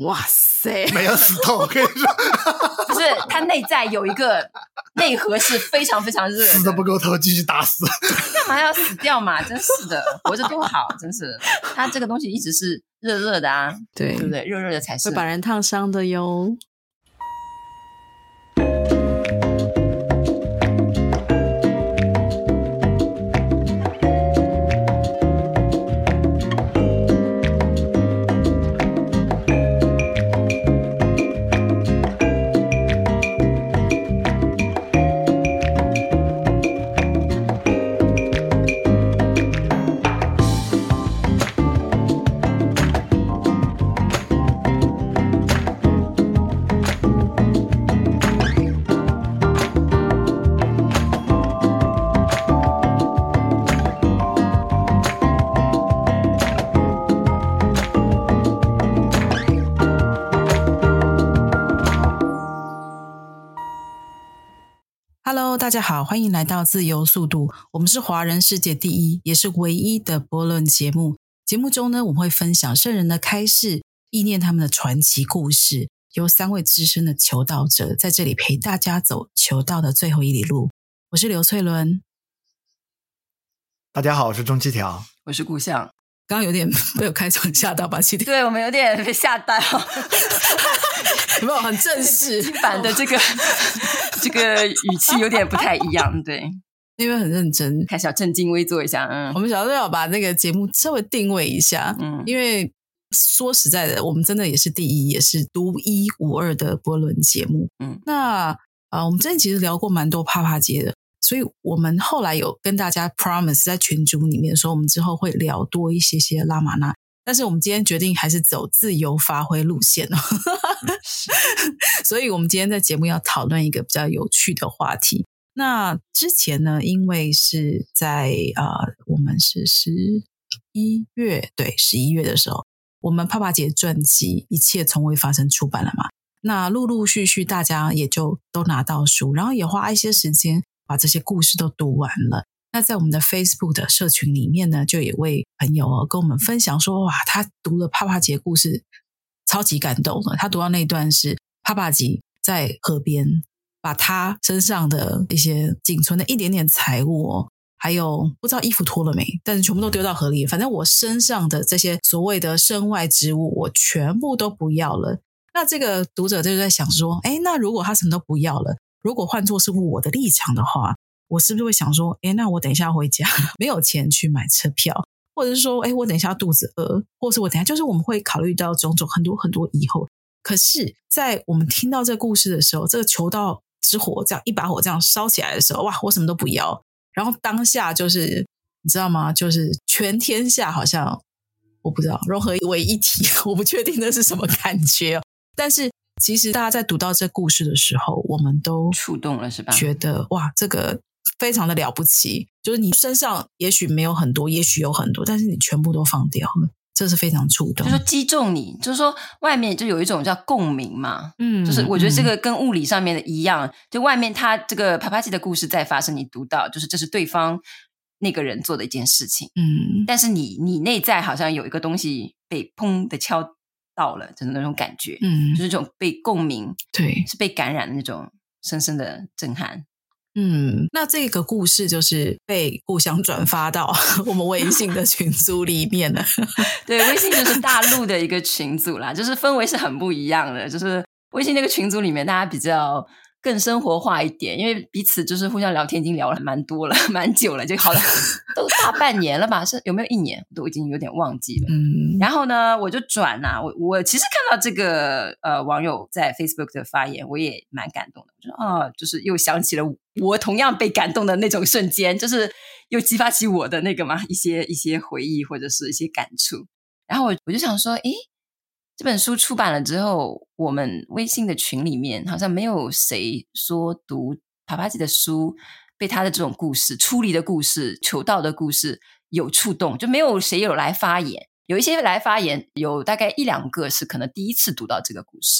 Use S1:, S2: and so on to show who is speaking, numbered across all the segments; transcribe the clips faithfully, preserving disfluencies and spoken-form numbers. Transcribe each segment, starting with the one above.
S1: 哇塞，
S2: 没有死透，我跟你说，
S3: 不是它内在有一个内核是非常非常热的，
S2: 死的不够透，继续打死。
S3: 干嘛要死掉嘛？真是的，活着多好，真是。它这个东西一直是热热的啊，
S1: 对
S3: 对不对？热热的才是
S1: 会把人烫伤的哟。Hello， 大家好，欢迎来到自由速度。我们是华人世界第一，也是唯一的播论节目。节目中呢，我们会分享圣人的开示，意念他们的传奇故事，由三位资深的求道者在这里陪大家走求道的最后一里路。我是刘翠伦。
S2: 大家好，我是钟七条，
S3: 我是顾象。
S1: 刚刚有点被我开场吓到吧？七条，
S3: 对我们有点被吓到。
S1: 有没有很正式
S3: 版的这个这个语气有点不太一样，对，
S1: 因为很认真，
S3: 开始要正襟危坐一下。嗯，
S1: 我们想说要把那个节目稍微定位一下，嗯，因为说实在的，我们真的也是第一，也是独一无二的播论节目。嗯，那呃，我们之前其实聊过蛮多啪啪节的，所以我们后来有跟大家 promise 在群组里面说，我们之后会聊多一些些拉玛那。但是我们今天决定还是走自由发挥路线哦，所以我们今天在节目要讨论一个比较有趣的话题。那之前呢，因为是在呃，我们是十一月，对，十一月的时候，我们啪啪姐传记一切从未发生出版了嘛，那陆陆续续大家也就都拿到书，然后也花一些时间把这些故事都读完了。那在我们的 Facebook 的社群里面呢，就有位朋友哦跟我们分享说，哇，他读了啪啪姐故事超级感动了。他读到那一段是啪啪姐在河边把他身上的一些仅存的一点点财物哦，还有不知道衣服脱了没，但是全部都丢到河里，反正我身上的这些所谓的身外之物我全部都不要了。那这个读者就在想说，诶，那如果他什么都不要了，如果换作是我的立场的话，我是不是会想说，诶，那我等一下回家没有钱去买车票，或者是说，诶，我等一下肚子饿，或者是我等一下，就是我们会考虑到种种很多很多以后。可是在我们听到这个故事的时候，这个求道之火这样一把火这样烧起来的时候，哇，我什么都不要，然后当下就是你知道吗，就是全天下好像我不知道融合为一体，我不确定那是什么感觉哦。但是其实大家在读到这故事的时候，我们都
S3: 触动了是吧？
S1: 觉得哇，这个非常的了不起，就是你身上也许没有很多，也许有很多，但是你全部都放掉了，这是非常触动，
S3: 就是说击中你，就是说外面就有一种叫共鸣嘛，
S1: 嗯，
S3: 就是我觉得这个跟物理上面的一样，嗯、就外面他这个啪啪姐的故事在发生，你读到就是这是对方那个人做的一件事情，
S1: 嗯，
S3: 但是你你内在好像有一个东西被砰的敲到了，就是那种感觉，嗯，就是这种被共鸣，
S1: 对，
S3: 是被感染的那种深深的震撼。
S1: 嗯，那这个故事就是被互相转发到我们微信的群组里面了。
S3: 对，微信就是大陆的一个群组啦，就是氛围是很不一样的。就是微信那个群组里面，大家比较更生活化一点，因为彼此就是互相聊天，已经聊了蛮多了，蛮久了，就好了，都大半年了吧？是有没有一年？都已经有点忘记了。嗯，然后呢，我就转啊，我我其实看到这个呃网友在 Facebook 的发言，我也蛮感动的。我说啊，就是又想起了我同样被感动的那种瞬间，就是又激发起我的那个嘛一些一些回忆或者是一些感触。然后我我就想说，诶，这本书出版了之后，我们微信的群里面好像没有谁说读啪啪姐的书被他的这种故事、出离的故事、求道的故事有触动，就没有谁有来发言。有一些来发言，有大概一两个是可能第一次读到这个故事，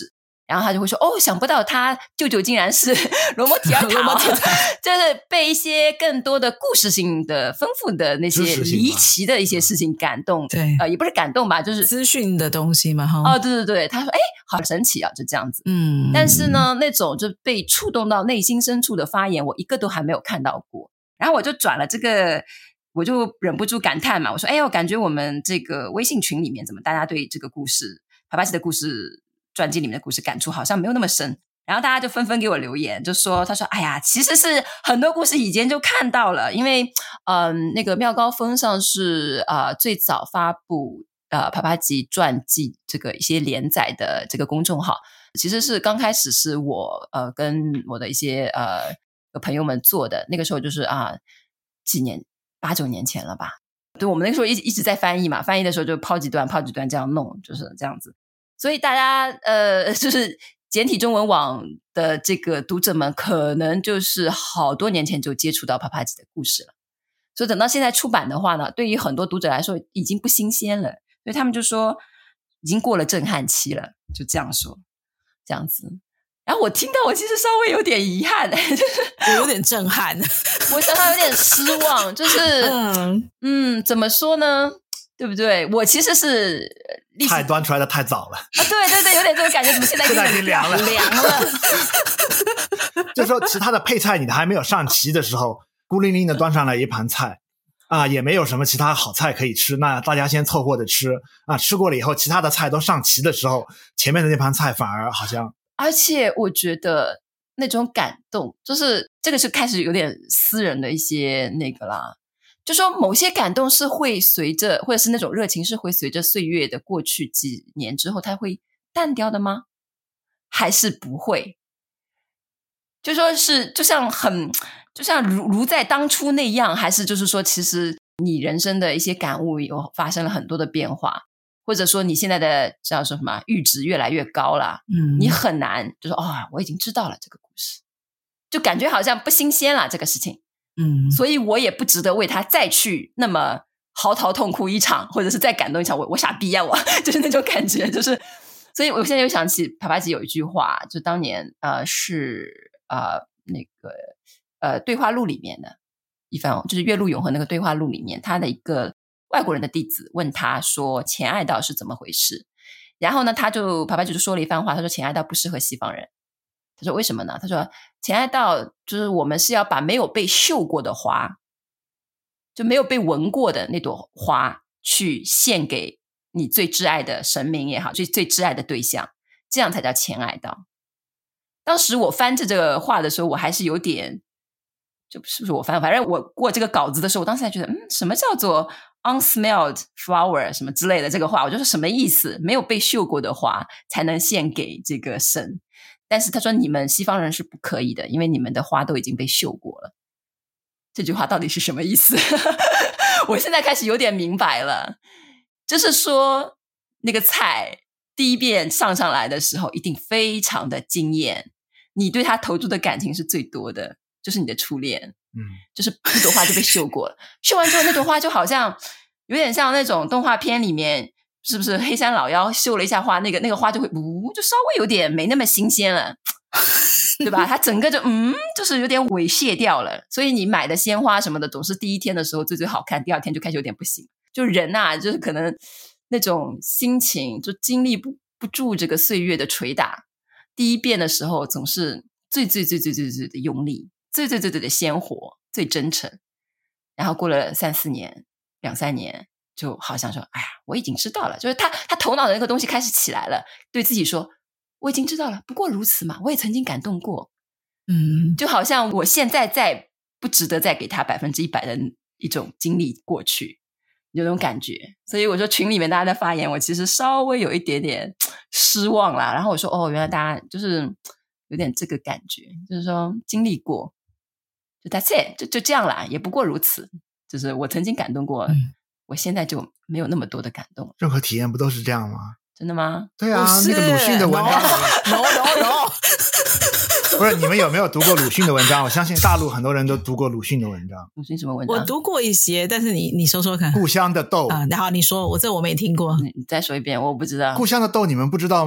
S3: 然后他就会说哦，想不到他舅舅竟然是罗摩提尔塔就是被一些更多的故事性的丰富的那些离奇的一些事情感动，
S1: 对，
S3: 呃，也不是感动吧，就是
S1: 资讯的东西嘛。
S3: 哦，对对对，他说哎，好神奇啊，就这样子。嗯，但是呢，那种就被触动到内心深处的发言，我一个都还没有看到过。然后我就转了这个，我就忍不住感叹嘛，我说哎，我感觉我们这个微信群里面怎么大家对这个故事帕帕奇的故事传记里面的故事感触好像没有那么深，然后大家就纷纷给我留言，就说他说哎呀，其实是很多故事以前就看到了，因为嗯，那个妙高峰上是呃最早发布呃帕帕奇传记这个一些连载的这个公众号，其实是刚开始是我呃跟我的一些呃朋友们做的，那个时候就是啊几年八九年前了吧，对，我们那个时候一直一直在翻译嘛，翻译的时候就抛几段抛几段这样弄，就是这样子。所以大家呃，就是简体中文网的这个读者们，可能就是好多年前就接触到帕帕吉的故事了。所以等到现在出版的话呢，对于很多读者来说已经不新鲜了，所以他们就说已经过了震撼期了，就这样说，这样子。然后我听到，我其实稍微有点遗憾，就是
S1: 有点震撼，
S3: 我想到有点失望，就是嗯嗯，怎么说呢？对不对？我其实是
S2: 菜端出来的太早了
S3: 啊！对对对，有点这种感觉，怎么现在
S2: 现在已经凉了？
S3: 凉了。
S2: 就是说，其他的配菜你还没有上齐的时候，孤零零的端上来一盘菜啊，也没有什么其他好菜可以吃，那大家先凑合着吃啊。吃过了以后，其他的菜都上齐的时候，前面的那盘菜反而好像……
S3: 而且我觉得那种感动，就是这个是开始有点私人的一些那个啦。就说某些感动是会随着，或者是那种热情是会随着岁月的过去几年之后它会淡掉的吗？还是不会？就说是就像很就像如如在当初那样，还是就是说其实你人生的一些感悟有发生了很多的变化，或者说你现在的叫说什么阈值越来越高了，嗯，你很难就说哦，我已经知道了这个故事，就感觉好像不新鲜了这个事情。嗯，所以我也不值得为他再去那么嚎啕痛哭一场，或者是再感动一场，我我傻逼啊我就是那种感觉，就是所以我现在又想起帕帕吉有一句话，就当年呃是呃那个呃对话录里面的一番，就是月录永恒那个对话录里面，他的一个外国人的弟子问他说钱爱道是怎么回事，然后呢他就帕帕吉就说了一番话，他说钱爱道不适合西方人。他说为什么呢？他说钱爱道就是我们是要把没有被绣过的花，就没有被闻过的那朵花去献给你最挚爱的神明也好，最最挚爱的对象，这样才叫钱爱道。当时我翻这个话的时候，我还是有点，就是不是我翻，反正我过这个稿子的时候，我当时还觉得嗯，什么叫做 unsmelled flower 什么之类的这个话，我就说什么意思？没有被绣过的花才能献给这个神。但是他说你们西方人是不可以的，因为你们的花都已经被绣过了。这句话到底是什么意思？我现在开始有点明白了，就是说那个菜第一遍上上来的时候一定非常的惊艳，你对他投注的感情是最多的，就是你的初恋。嗯，就是一朵花就被绣过了，绣完之后那朵花就好像有点像那种动画片里面是不是黑山老妖绣了一下花，那个那个花就会呜，就稍微有点没那么新鲜了，对吧？它整个就嗯，就是有点猥亵掉了。所以你买的鲜花什么的，总是第一天的时候最最好看，第二天就开始有点不行。就人啊，就是可能那种心情就经历不不住这个岁月的捶打，第一遍的时候总是最最最最最最的用力，最最最最的鲜活，最真诚。然后过了三四年、两三年。就好像说哎呀我已经知道了，就是他他头脑的那个东西开始起来了，对自己说我已经知道了，不过如此嘛，我也曾经感动过。嗯，就好像我现在再不值得再给他百分之一百的一种经历过去，有种感觉。所以我说群里面大家的发言我其实稍微有一点点失望啦，然后我说哦原来大家就是有点这个感觉，就是说经历过就 that's it 就就这样啦，也不过如此，就是我曾经感动过、嗯我现在就没有那么多的感动。
S2: 任何体验不都是这样吗？
S3: 真的吗？
S2: 对啊，那个鲁迅的文章
S1: no no no
S2: 不是，你们有没有读过鲁迅的文章？我相信大陆很多人都读过鲁迅的文章。
S3: 鲁迅什么文章？
S1: 我读过一些，但是你你说说看。
S2: 故乡的豆
S1: 啊，然后你说我这我没听过，
S3: 你再说一遍，我不知道。
S2: 故乡的豆你们不知道吗？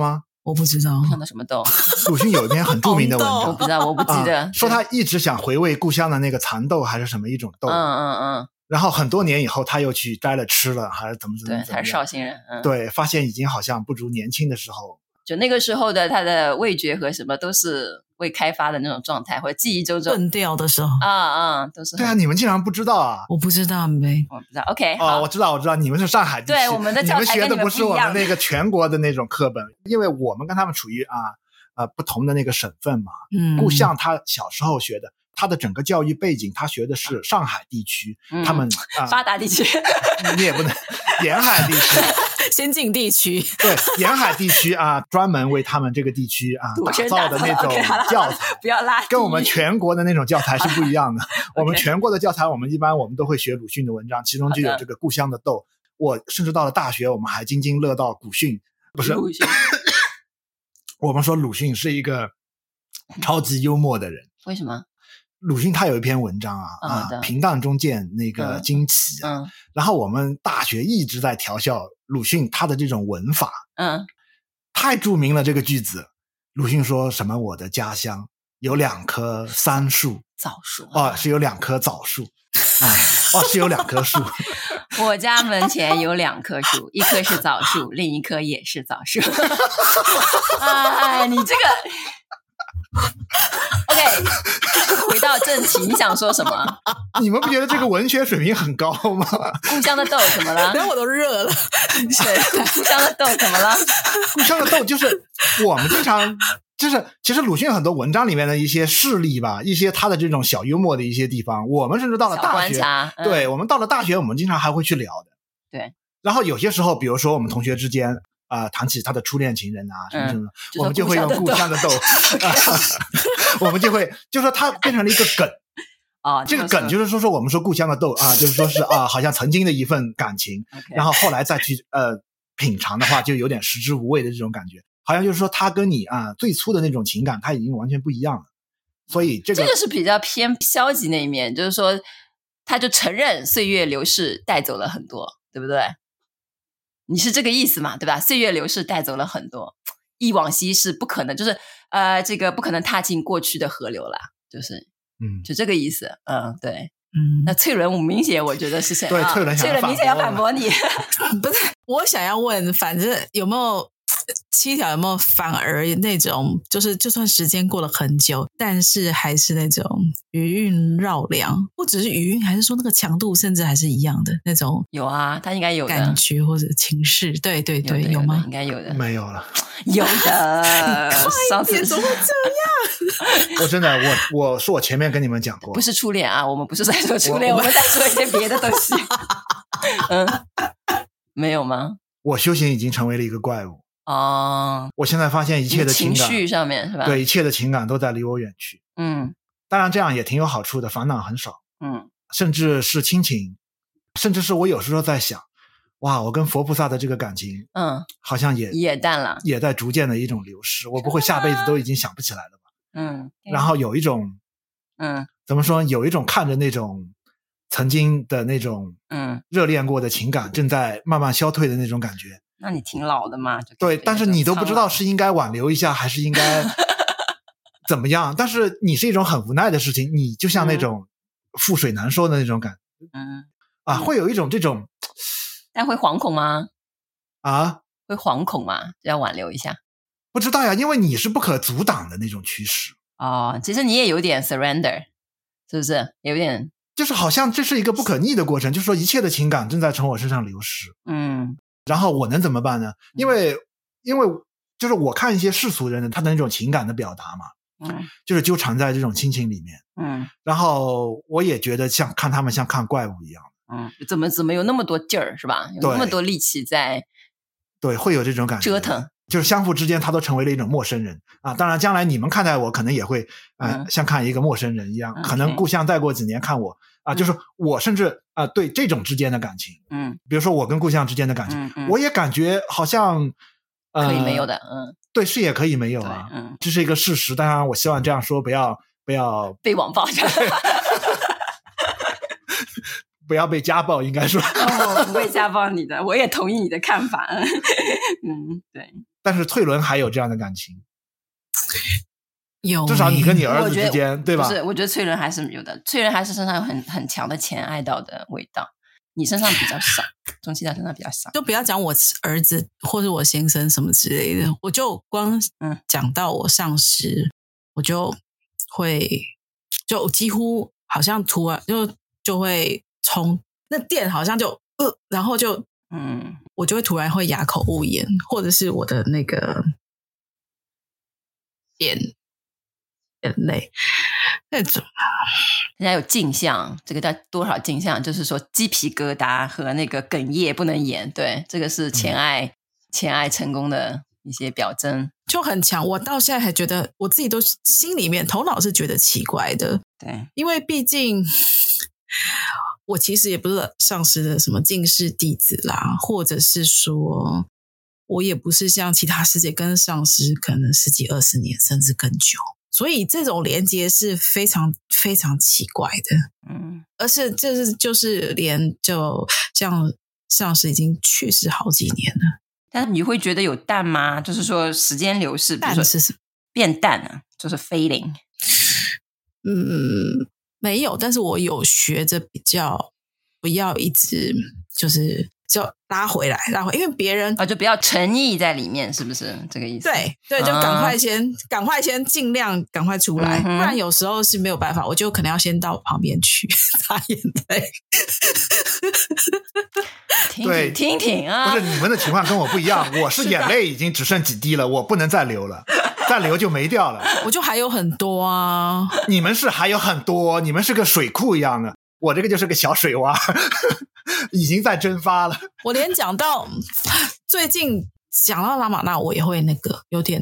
S1: 我不知道。
S3: 故乡的什么豆？
S2: 鲁迅有一篇很著名的文章，
S3: 我不知道，我不记得、
S2: 啊。说他一直想回味故乡的那个蚕豆还是什么一种豆。
S3: 嗯嗯嗯。
S2: 然后很多年以后他又去摘了吃了，还是怎么怎么
S3: 对，他是绍兴人。嗯，
S2: 对，发现已经好像不如年轻的时候。
S3: 就那个时候的他的味觉和什么都是未开发的那种状态，或者记忆中
S1: 钝掉的时候
S3: 啊啊，都是。
S2: 对啊，你们竟然不知道啊？
S1: 我不知道没，
S3: 我不知道。OK，
S2: 哦，我知道，我知道，你们是上海地区，
S3: 对，我们的教材跟
S2: 你们学的不是我们那个全国的那种课本，因为我们跟他们处于啊呃不同的那个省份嘛。
S1: 嗯，
S2: 故乡他小时候学的，他的整个教育背景，他学的是上海地区，
S3: 嗯、
S2: 他们、
S3: 呃、发达地区，
S2: 你也不能沿海地区。
S1: 先进地区，
S2: 对，沿海地区啊，专门为他们这个地区啊打造的那种教材，
S3: 不要拉，
S2: 跟我们全国的那种教材是不一样的。我们全国的教材，我们一般我们都会学鲁迅的文章，其中就有这个《故乡的豆》。我甚至到了大学，我们还津津乐道古训，不是
S3: 鲁迅。
S2: 我们说鲁迅是一个超级幽默的人，
S3: 为什么？
S2: 鲁迅他有一篇文章啊，
S3: 嗯、
S2: 啊，平淡中见那个惊奇啊、
S3: 嗯，
S2: 然后我们大学一直在调笑鲁迅他的这种文法，
S3: 嗯，
S2: 太著名了这个句子。鲁迅说什么？我的家乡有两棵桑树，
S3: 枣树
S2: 哦，是有两棵枣树，啊，哦，是有两棵树。
S3: 我家门前有两棵树，一棵是枣树，另一棵也是枣树。哎，你这个。OK， 回到正题，你想说什么？
S2: 你们不觉得这个文学水平很高吗？
S3: 故乡的豆怎么了？
S1: 连我都热了。
S3: 对，故乡的豆怎么了？
S2: 故乡的豆就是我们经常就是其实鲁迅很多文章里面的一些事例吧，一些他的这种小幽默的一些地方，我们甚至到了大学，
S3: 嗯、
S2: 对，我们到了大学，我们经常还会去聊的。
S3: 对，
S2: 然后有些时候，比如说我们同学之间。啊、呃，谈起他的初恋情人啊，什么什么、嗯，我们就会用故乡的豆，我们就会就说它变成了一个梗
S3: 啊、哦，
S2: 这个梗就是说说我们说故乡的豆啊，就是说是啊，好像曾经的一份感情，
S3: okay.
S2: 然后后来再去呃品尝的话，就有点食之无味的这种感觉，好像就是说他跟你啊最初的那种情感，他已经完全不一样了，所以这个
S3: 这个是比较偏消极那一面，就是说他就承认岁月流逝带走了很多，对不对？你是这个意思嘛，对吧？岁月流逝带走了很多，忆往昔是不可能，就是呃，这个不可能踏进过去的河流啦，就是
S2: 嗯，
S3: 就这个意思，嗯，对，
S1: 嗯。
S3: 那翠伦，我明显我觉得是谁？
S2: 对，翠伦，
S3: 翠伦明显要反驳你，
S1: 不是，我想要问，反正有没有七条有没有反而那种，就是就算时间过了很久，但是还是那种余韵绕梁，不只是余韵，还是说那个强度甚至还是一样的那种？
S3: 有啊，他应该有的
S1: 感觉或者情绪，对对对，
S3: 有,
S1: 有吗？
S3: 应该有的，
S2: 没有了，
S3: 有的。
S1: 快一点，怎么会这
S2: 样？我真的，我我说我前面跟你们讲过，
S3: 不是初恋啊，我们不是在说初恋，我, 我们在说一些别的东西。嗯，没有吗？
S2: 我修行已经成为了一个怪物。
S3: 哦，
S2: 我现在发现一切的情感，
S3: 情绪上面是吧？
S2: 对，一切的情感都在离我远去。
S3: 嗯，
S2: 当然这样也挺有好处的，烦恼很少。
S3: 嗯，
S2: 甚至是亲情，甚至是我有时候在想，哇，我跟佛菩萨的这个感情，
S3: 嗯，
S2: 好像也
S3: 也淡了，
S2: 也在逐渐的一种流失。我不会下辈子都已经想不起来了吧？
S3: 嗯，
S2: 然后有一种，
S3: 嗯，
S2: 怎么说？有一种看着那种曾经的那种，
S3: 嗯，
S2: 热恋过的情感正在慢慢消退的那种感觉。
S3: 那你挺老的嘛？
S2: 对，但是你都不知道是应该挽留一下，还是应该怎么样？但是你是一种很无奈的事情，你就像那种覆水难收的那种感，
S3: 嗯
S2: 啊，会有一种这种，
S3: 但会惶恐吗？
S2: 啊，
S3: 会惶恐吗？要挽留一下？
S2: 不知道呀，因为你是不可阻挡的那种趋势。
S3: 哦，其实你也有点 surrender， 是不是？有点，
S2: 就是好像这是一个不可逆的过程，就是说一切的情感正在从我身上流失。
S3: 嗯。
S2: 然后我能怎么办呢？因为因为就是我看一些世俗人的他的那种情感的表达嘛，
S3: 嗯，
S2: 就是纠缠在这种亲情里面，
S3: 嗯，
S2: 然后我也觉得像看他们像看怪物一样，
S3: 嗯，怎么怎么有那么多劲儿是吧？有那么多力气在，
S2: 对，会有这种感觉，
S3: 折腾，
S2: 就是相互之间他都成为了一种陌生人啊。当然，将来你们看待我可能也会呃、嗯、像看一个陌生人一样，
S3: 嗯、
S2: 可能故乡再过几年看我。啊，就是我甚至啊、呃，对这种之间的感情，
S3: 嗯，
S2: 比如说我跟故乡之间的感情，
S3: 嗯嗯、
S2: 我也感觉好像呃
S3: 可以没有的，嗯，
S2: 对，是也可以没有啊，
S3: 嗯，
S2: 这是一个事实。当然，我希望这样说不要不要
S3: 被网暴，
S2: 不要被家暴，应该说，
S3: 哦，不会家暴你的，我也同意你的看法，嗯，对
S2: 但是翠伦还有这样的感情，
S1: 有、欸，
S2: 至少你跟你儿子之间，对吧？
S3: 不是，我觉得翠伦还是有的，翠伦还是身上有很很强的前爱道的味道，你身上比较少，钟启达身上比较少。
S1: 就不要讲我儿子或者我先生什么之类的，我就光讲到我上司，我就会就几乎好像突然就就会冲那电，好像就呃，然后就嗯，我就会突然会哑口无言，或者是我的那个眼眼泪那种。
S3: 人家有镜像，这个叫多少镜像，就是说鸡皮疙瘩和那个哽咽不能演，对，这个是前爱、嗯、前爱成功的一些表征，
S1: 就很强。我到现在还觉得我自己都心里面头脑是觉得奇怪的，
S3: 对，
S1: 因为毕竟我其实也不是上师的什么进士弟子啦，或者是说我也不是像其他师姐跟上师可能十几二十年甚至更久，所以这种连接是非常非常奇怪的，嗯，而是就是就是连就像上师已经去世好几年了，
S3: 但是你会觉得有淡吗？就是说时间流逝，
S1: 淡是什么？
S3: 变淡了，就是 fading。
S1: 嗯，没有，但是我有学着比较不要一直就是就拉回来拉回来，因为别人
S3: 啊就不要沉溺在里面，是不是这个意思？
S1: 对对，就赶快先、啊、赶快先尽量赶快出来、嗯、不然有时候是没有办法，我就可能要先到旁边去擦眼泪
S2: 对，
S3: 听听啊，
S2: 不是你们的情况跟我不一样，我是眼泪已经只剩几滴了，我不能再流了，再流就没掉了。
S1: 我就还有很多啊，
S2: 你们是还有很多，你们是个水库一样的，我这个就是个小水洼已经在蒸发了。
S1: 我连讲到最近讲到拉玛那我也会那个有点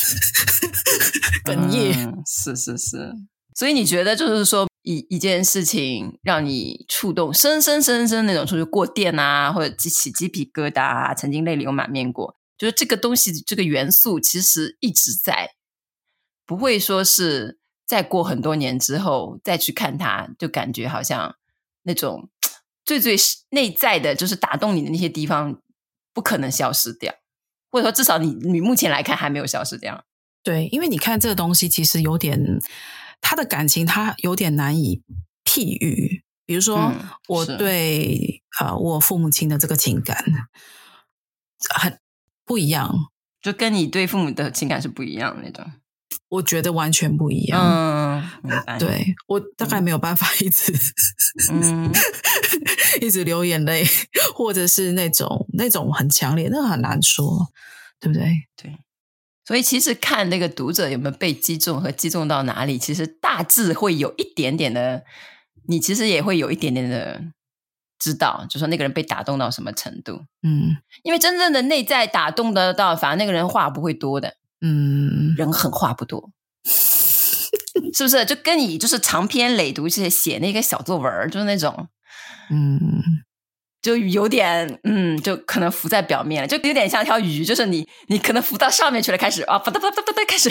S1: 哽咽、
S3: 嗯、是是是。所以你觉得就是说一一件事情让你触动深深深深那种，就是过电啊，或者起鸡皮疙瘩啊，曾经泪流满面过，就是这个东西这个元素其实一直在，不会说是再过很多年之后再去看它就感觉好像那种最最内在的就是打动你的那些地方不可能消失掉，或者说至少你你目前来看还没有消失掉。
S1: 对，因为你看这个东西其实有点他的感情他有点难以譬喻，比如说、嗯、我对呃我父母亲的这个情感很不一样，
S3: 就跟你对父母的情感是不一样的那种，
S1: 我觉得完全不一样。
S3: 嗯，明白。
S1: 对，我大概没有办法一直嗯一直流眼泪，或者是那种那种很强烈，那个很难说，对不对？
S3: 对。所以其实看那个读者有没有被击中和击中到哪里，其实大致会有一点点的，你其实也会有一点点的知道，就说那个人被打动到什么程度。嗯，因为真正的内在打动得到，反而那个人话不会多的。嗯，人很话不多，是不是？就跟你就是长篇累读写写那个小作文，就是那种，嗯。就有点嗯，就可能浮在表面了，就有点像一条鱼，就是你你可能浮到上面去了，开始啊，哒哒哒哒哒开始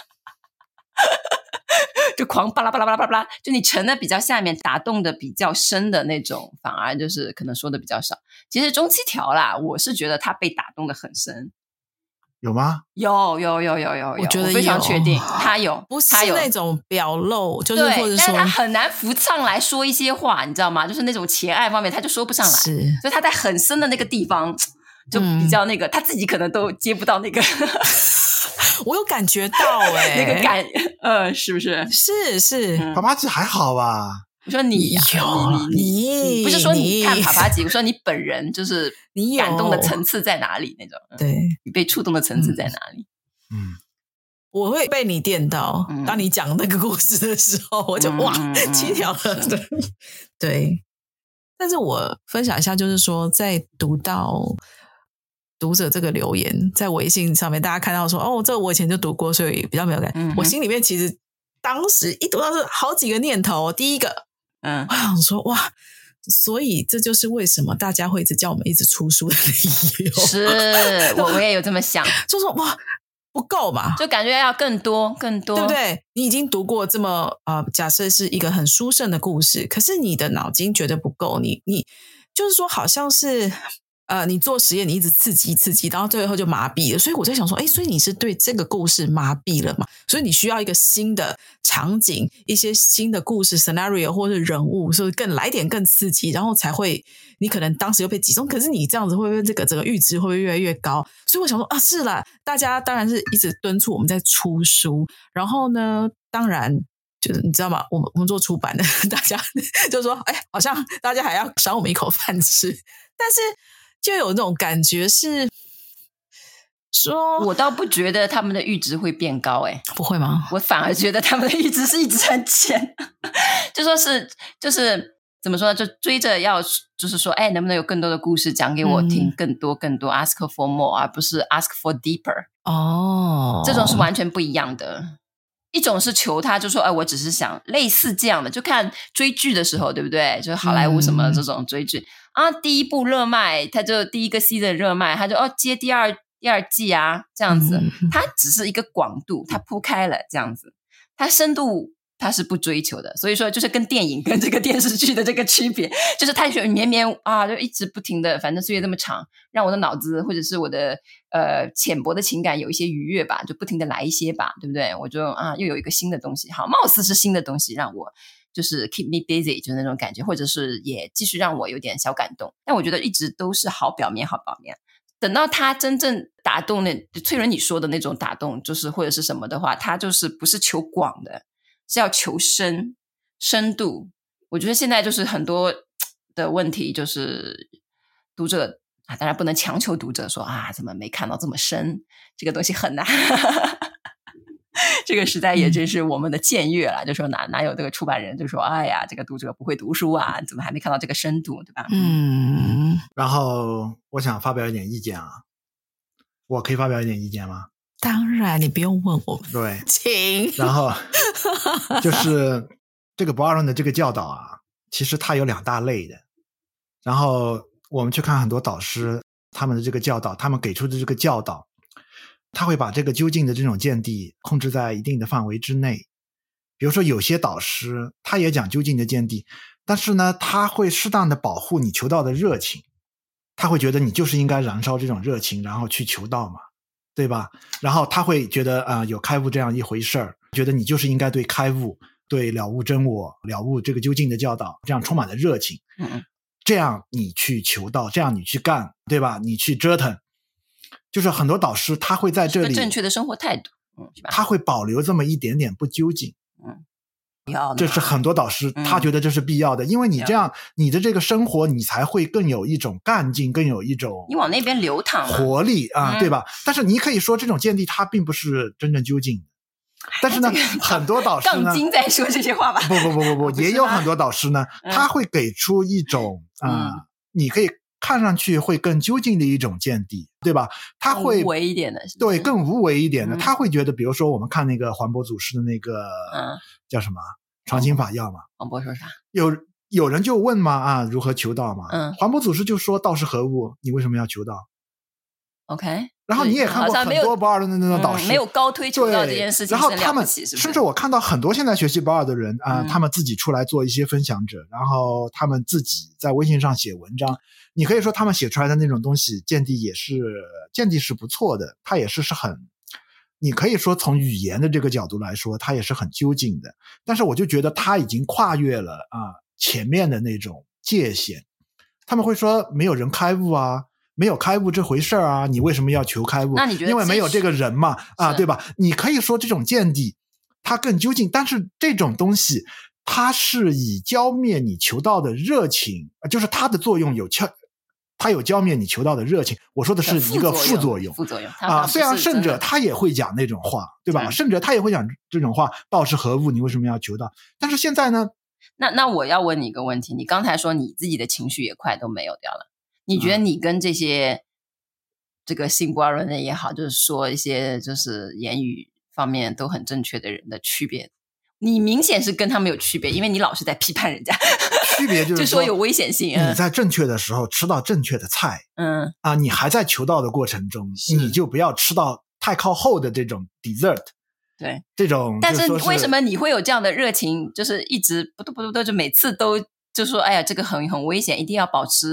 S3: 就狂巴拉巴拉巴拉巴拉，就你沉的比较下面，打动的比较深的那种，反而就是可能说的比较少。其实中七条啦，我是觉得他被打动的很深。
S2: 有吗？
S3: 有有有有有，
S1: 我觉得
S3: 我非常确定他有，
S1: 不是那种表露，就是
S3: 对，
S1: 或者说，
S3: 但是他很难浮上来说一些话，你知道吗？就是那种前爱方面，他就说不上来，
S1: 是，
S3: 所以他在很深的那个地方就比较那个，嗯、他自己可能都接不到那个。
S1: 我有感觉到哎、
S3: 欸，那个感，呃，是不是？
S1: 是是，
S2: 啪啪鸡还好吧？
S3: 我说你呀、啊，你你 你, 你不是说你看啪啪鸡，我说你本人就是你感动的层次在哪里那种？
S1: 对，
S3: 你被触动的层次在哪里？
S2: 嗯，
S1: 我会被你电到。嗯、当你讲那个故事的时候，我就、嗯、哇，嗯、七条了。对对，但是我分享一下，就是说，在读到读者这个留言，在微信上面，大家看到说，哦，这个我以前就读过，所以比较没有感。嗯、我心里面其实当时一读到是好几个念头。第一个，嗯，我想说，哇。所以这就是为什么大家会一直叫我们一直出书的理由。
S3: 是，我我也有这么想，
S1: 就说哇不够嘛，
S3: 就感觉要更多更多，
S1: 对不对？你已经读过这么呃，假设是一个很殊胜的故事，可是你的脑筋觉得不够，你你就是说好像是呃，你做实验，你一直刺激刺激，然后最后就麻痹了。所以我在想说，哎，所以你是对这个故事麻痹了嘛？所以你需要一个新的场景，一些新的故事 scenario 或者人物，所以更来点更刺激，然后才会你可能当时又被击中。可是你这样子会不会这个整个阈值会不会越来越高？所以我想说啊，是啦，大家当然是一直敦促我们在出书，然后呢，当然。就是你知道吗？我们我们做出版的，大家就说，哎，好像大家还要赏我们一口饭吃，但是就有那种感觉是说，
S3: 我倒不觉得他们的阈值会变高、欸，哎，
S1: 不会吗？
S3: 我反而觉得他们的阈值是一直很浅，就说是就是怎么说呢？就追着要就是说，哎，能不能有更多的故事讲给我听？嗯、更多更多 ，ask for more， 而不是 ask for deeper。哦，这种是完全不一样的。一种是求他就说哎，我只是想类似这样的，就看追剧的时候对不对，就是好莱坞什么这种追剧、嗯、啊，第一部热卖他就第一个 season 热卖他就哦接第二第二季啊这样子、嗯、他只是一个广度他铺开了这样子，他深度他是不追求的，所以说就是跟电影跟这个电视剧的这个区别，就是太绵绵啊，就一直不停的，反正岁月这么长，让我的脑子或者是我的呃浅薄的情感有一些愉悦吧，就不停的来一些吧，对不对？我就啊又有一个新的东西，好，貌似是新的东西让我就是 keep me busy， 就是那种感觉，或者是也继续让我有点小感动，但我觉得一直都是好表面好表面。等到他真正打动那翠伦你说的那种打动，就是或者是什么的话，他就是不是求广的，是要求深深度。我觉得现在就是很多的问题就是读者啊，当然不能强求读者说啊怎么没看到这么深，这个东西很难这个时代也真是我们的僭越了、嗯、就说哪哪有这个出版人就说哎呀这个读者不会读书啊，怎么还没看到这个深度，对吧？
S2: 嗯，然后我想发表一点意见啊，我可以发表一点意见吗？
S1: 当然，你不用问我。
S2: 对，
S1: 请。
S2: 然后就是这个博尔顿的这个教导啊，其实它有两大类的。然后我们去看很多导师他们的这个教导，他们给出的这个教导，他会把这个究竟的这种见地控制在一定的范围之内。比如说有些导师他也讲究竟的见地，但是呢，他会适当的保护你求道的热情，他会觉得你就是应该燃烧这种热情，然后去求道嘛。对吧？然后他会觉得啊、呃，有开悟这样一回事儿，觉得你就是应该对开悟、对了悟真我、了悟这个究竟的教导，这样充满了热情。嗯，这样你去求道，这样你去干，对吧？你去折腾，就是很多导师他会在这里
S3: 正确的生活态度，
S2: 嗯，他会保留这么一点点不究竟。嗯。这是很多导师他觉得这是必要的、嗯、因为你这样你的这个生活你才会更有一种干劲，更有一种
S3: 你往那边流淌
S2: 活力啊、嗯，对吧？但是你可以说这种见地它并不是真正究竟，但是呢、这个、
S3: 很
S2: 多导师呢
S3: 杠精在说这些话吧，
S2: 不不不不不也有很多导师呢、嗯、他会给出一种啊、呃嗯，你可以看上去会更究竟的一种见地，对吧？他会
S3: 无为一点的是不是，
S2: 对，更无为一点的、嗯、他会觉得比如说我们看那个黄渤祖师的那个、嗯、叫什么传心法要嘛，
S3: 黄渤说啥？
S2: 有有人就问嘛啊，如何求道嘛？嗯，黄渤祖师就说道是何物？你为什么要求道
S3: ？OK，
S2: 然后你也看过很多博尔顿的那种导师、
S3: 嗯，没有高推求道这件事情，
S2: 然后他们
S3: 是是
S2: 甚至我看到很多现在学习博尔的人啊、嗯，他们自己出来做一些分享者，然后他们自己在微信上写文章，你可以说他们写出来的那种东西见地也是见地是不错的，他也是是很。你可以说从语言的这个角度来说它也是很究竟的，但是我就觉得它已经跨越了啊前面的那种界限。他们会说没有人开悟啊，没有开悟这回事啊，你为什么要求开悟？
S3: 那你觉得
S2: 因为没有这个人嘛啊，对吧？你可以说这种见地它更究竟，但是这种东西它是以浇灭你求道的热情，就是它的作用有敲他有浇灭你求道的热情，我说的是一个副作用，
S3: 副作用
S2: 啊。虽然圣者他也会讲那种话，对吧？圣者他也会讲这种话，道是何物？你为什么要求道？但是现在呢？
S3: 那那我要问你一个问题，你刚才说你自己的情绪也快都没有掉了，你觉得你跟这些、嗯、这个信博尔顿的也好，就是说一些就是言语方面都很正确的人的区别？你明显是跟他们有区别，因为你老是在批判人家。
S2: 区别就是
S3: 就说有危险性。
S2: 你在正确的时候吃到正确的菜，嗯啊，你还在求道的过程中，你就不要吃到太靠后的这种 dessert。
S3: 对，
S2: 这种。
S3: 但是为什么你会有这样的热情？就是一直不不不不，就每次都就说，哎呀，这个很很危险，一定要保持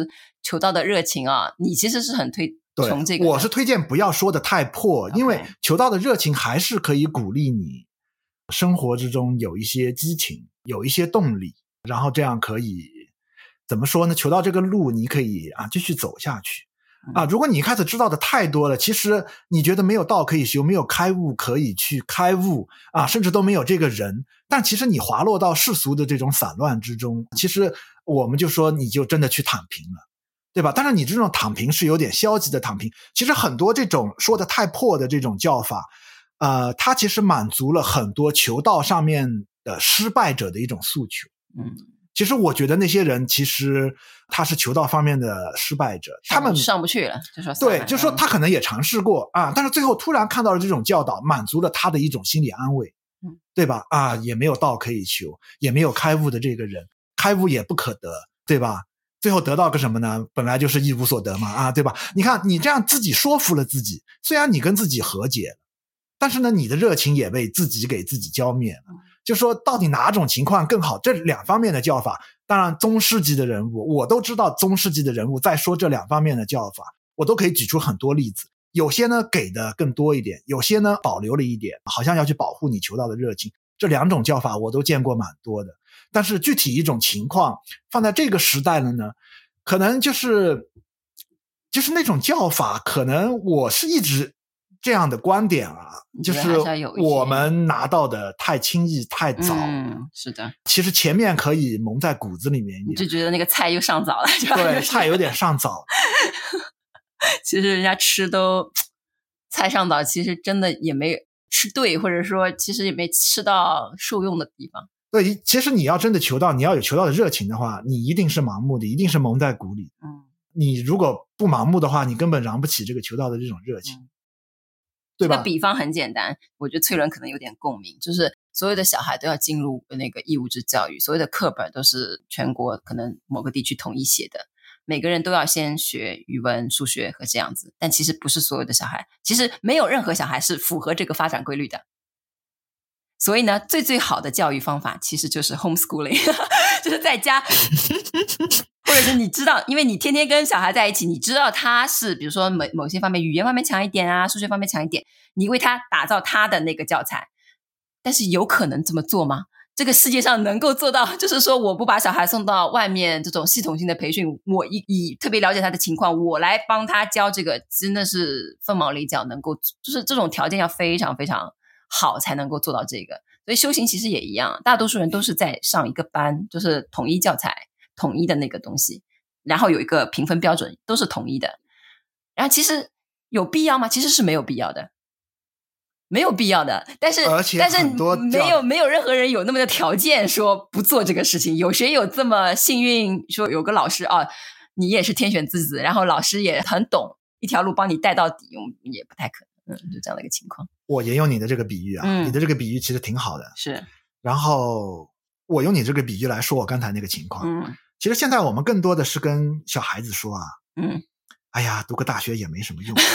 S3: 求道的热情啊，你其实是很推崇这个。
S2: 我是推荐不要说的太破，
S3: Okay.
S2: 因为求道的热情还是可以鼓励你生活之中有一些激情，有一些动力，然后这样可以怎么说呢？求道这个路你可以啊继续走下去啊。如果你一开始知道的太多了，其实你觉得没有道可以修，没有开悟可以去开悟啊，甚至都没有这个人，但其实你滑落到世俗的这种散乱之中，其实我们就说你就真的去躺平了，对吧？当然你这种躺平是有点消极的躺平，其实很多这种说的太破的这种教法呃，它其实满足了很多求道上面的失败者的一种诉求。
S3: 嗯，
S2: 其实我觉得那些人其实他是求道方面的失败者，他们
S3: 上不去了，就说
S2: 对，就说他可能也尝试过啊，但是最后突然看到了这种教导，满足了他的一种心理安慰，
S3: 嗯，
S2: 对吧？啊，也没有道可以求，也没有开悟的这个人，开悟也不可得，对吧？最后得到个什么呢？本来就是一无所得嘛，啊，对吧？你看你这样自己说服了自己，虽然你跟自己和解了，但是呢，你的热情也被自己给自己浇灭了。就说到底哪种情况更好？这两方面的教法，当然中世纪的人物，我都知道中世纪的人物在说这两方面的教法，我都可以举出很多例子。有些呢给的更多一点，有些呢保留了一点，好像要去保护你求道的热情。这两种教法我都见过蛮多的，但是具体一种情况放在这个时代了呢，可能就是就是那种教法，可能我是一直这样的观点啊，就是我们拿到的太轻易太早。
S3: 嗯，是的。
S2: 其实前面可以蒙在骨子里面一点，
S3: 你就觉得那个菜又上早了，
S2: 对，菜有点上早。
S3: 其实人家吃都菜上早，其实真的也没吃对，或者说其实也没吃到受用的地方。
S2: 对，其实你要真的求道，你要有求道的热情的话，你一定是盲目的，一定是蒙在鼓里。
S3: 嗯，
S2: 你如果不盲目的话，你根本燃不起这个求道的这种热情。嗯，对吧？
S3: 这个比方很简单，我觉得翠伦可能有点共鸣，就是所有的小孩都要进入那个义务制教育，所有的课本都是全国可能某个地区统一写的，每个人都要先学语文、数学和这样子，但其实不是所有的小孩，其实没有任何小孩是符合这个发展规律的。所以呢，最最好的教育方法其实就是 homeschooling 就是在家或者是你知道，因为你天天跟小孩在一起，你知道他是比如说某某些方面语言方面强一点啊，数学方面强一点，你为他打造他的那个教材。但是有可能这么做吗？这个世界上能够做到，就是说我不把小孩送到外面这种系统性的培训，我以以特别了解他的情况，我来帮他教这个，真的是凤毛麟角，能够就是这种条件要非常非常好才能够做到这个。所以修行其实也一样，大多数人都是在上一个班，就是统一教材统一的那个东西，然后有一个评分标准都是统一的。然后其实有必要吗？其实是没有必要的，没有必要的。但是
S2: 而且
S3: 但是
S2: 很多
S3: 没有没有任何人有那么的条件说不做这个事情。有谁有这么幸运说有个老师啊，你也是天选之子，然后老师也很懂，一条路帮你带到底，也不太可能。嗯，就这样的一个情况。
S2: 我沿用你的这个比喻啊，
S3: 嗯，
S2: 你的这个比喻其实挺好的。
S3: 是。
S2: 然后我用你这个比喻来说我刚才那个情况。
S3: 嗯，
S2: 其实现在我们更多的是跟小孩子说啊，
S3: 嗯，
S2: 哎呀，读个大学也没什么用。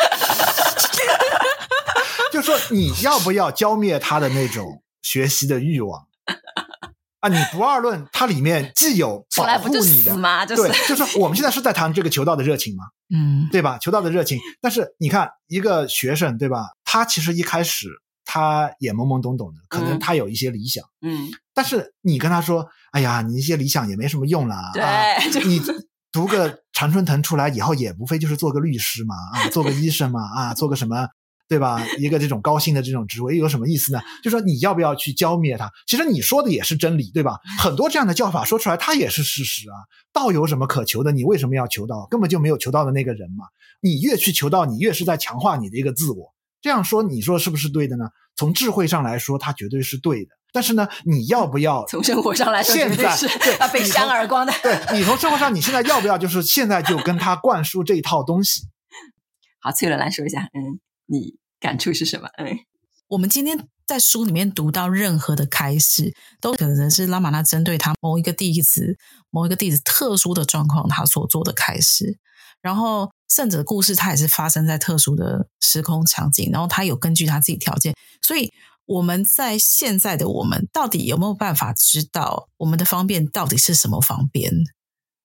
S2: 就说你要不要浇灭他的那种学习的欲望啊？你不二论，它里面既有保护你的
S3: 吗？就是、
S2: 对，就是我们现在是在谈这个求道的热情嘛，
S1: 嗯，
S2: 对吧？求道的热情，但是你看一个学生，对吧？他其实一开始他也懵懵懂懂的，可能他有一些理想，
S3: 嗯，
S2: 但是你跟他说，哎呀，你一些理想也没什么用啦，
S3: 对，
S2: 啊、你读个常春藤出来以后，也无非就是做个律师嘛，啊，做个医生嘛，啊，做个什么。对吧？一个这种高薪的这种职位有什么意思呢？就说你要不要去浇灭它？其实你说的也是真理，对吧？很多这样的教法说出来，它也是事实啊。道有什么可求的？你为什么要求道？根本就没有求道的那个人嘛。你越去求道，你越是在强化你的一个自我。这样说，你说是不是对的呢？从智慧上来说，它绝对是对的。但是呢，你要不要
S3: 从生活上来说，
S2: 现在
S3: 是要被扇耳光的？
S2: 对，你从生活上，你现在要不要就是现在就跟他灌输这一套东西？
S3: 好，翠伦来说一下，嗯，你感触是什么？嗯，
S1: 我们今天在书里面读到任何的开示，都可能是拉玛那针对他某一个弟子、某一个弟子特殊的状况，他所做的开示。然后圣者故事，它也是发生在特殊的时空场景，然后他有根据他自己条件，所以我们在现在的我们，到底有没有办法知道我们的方便到底是什么方便？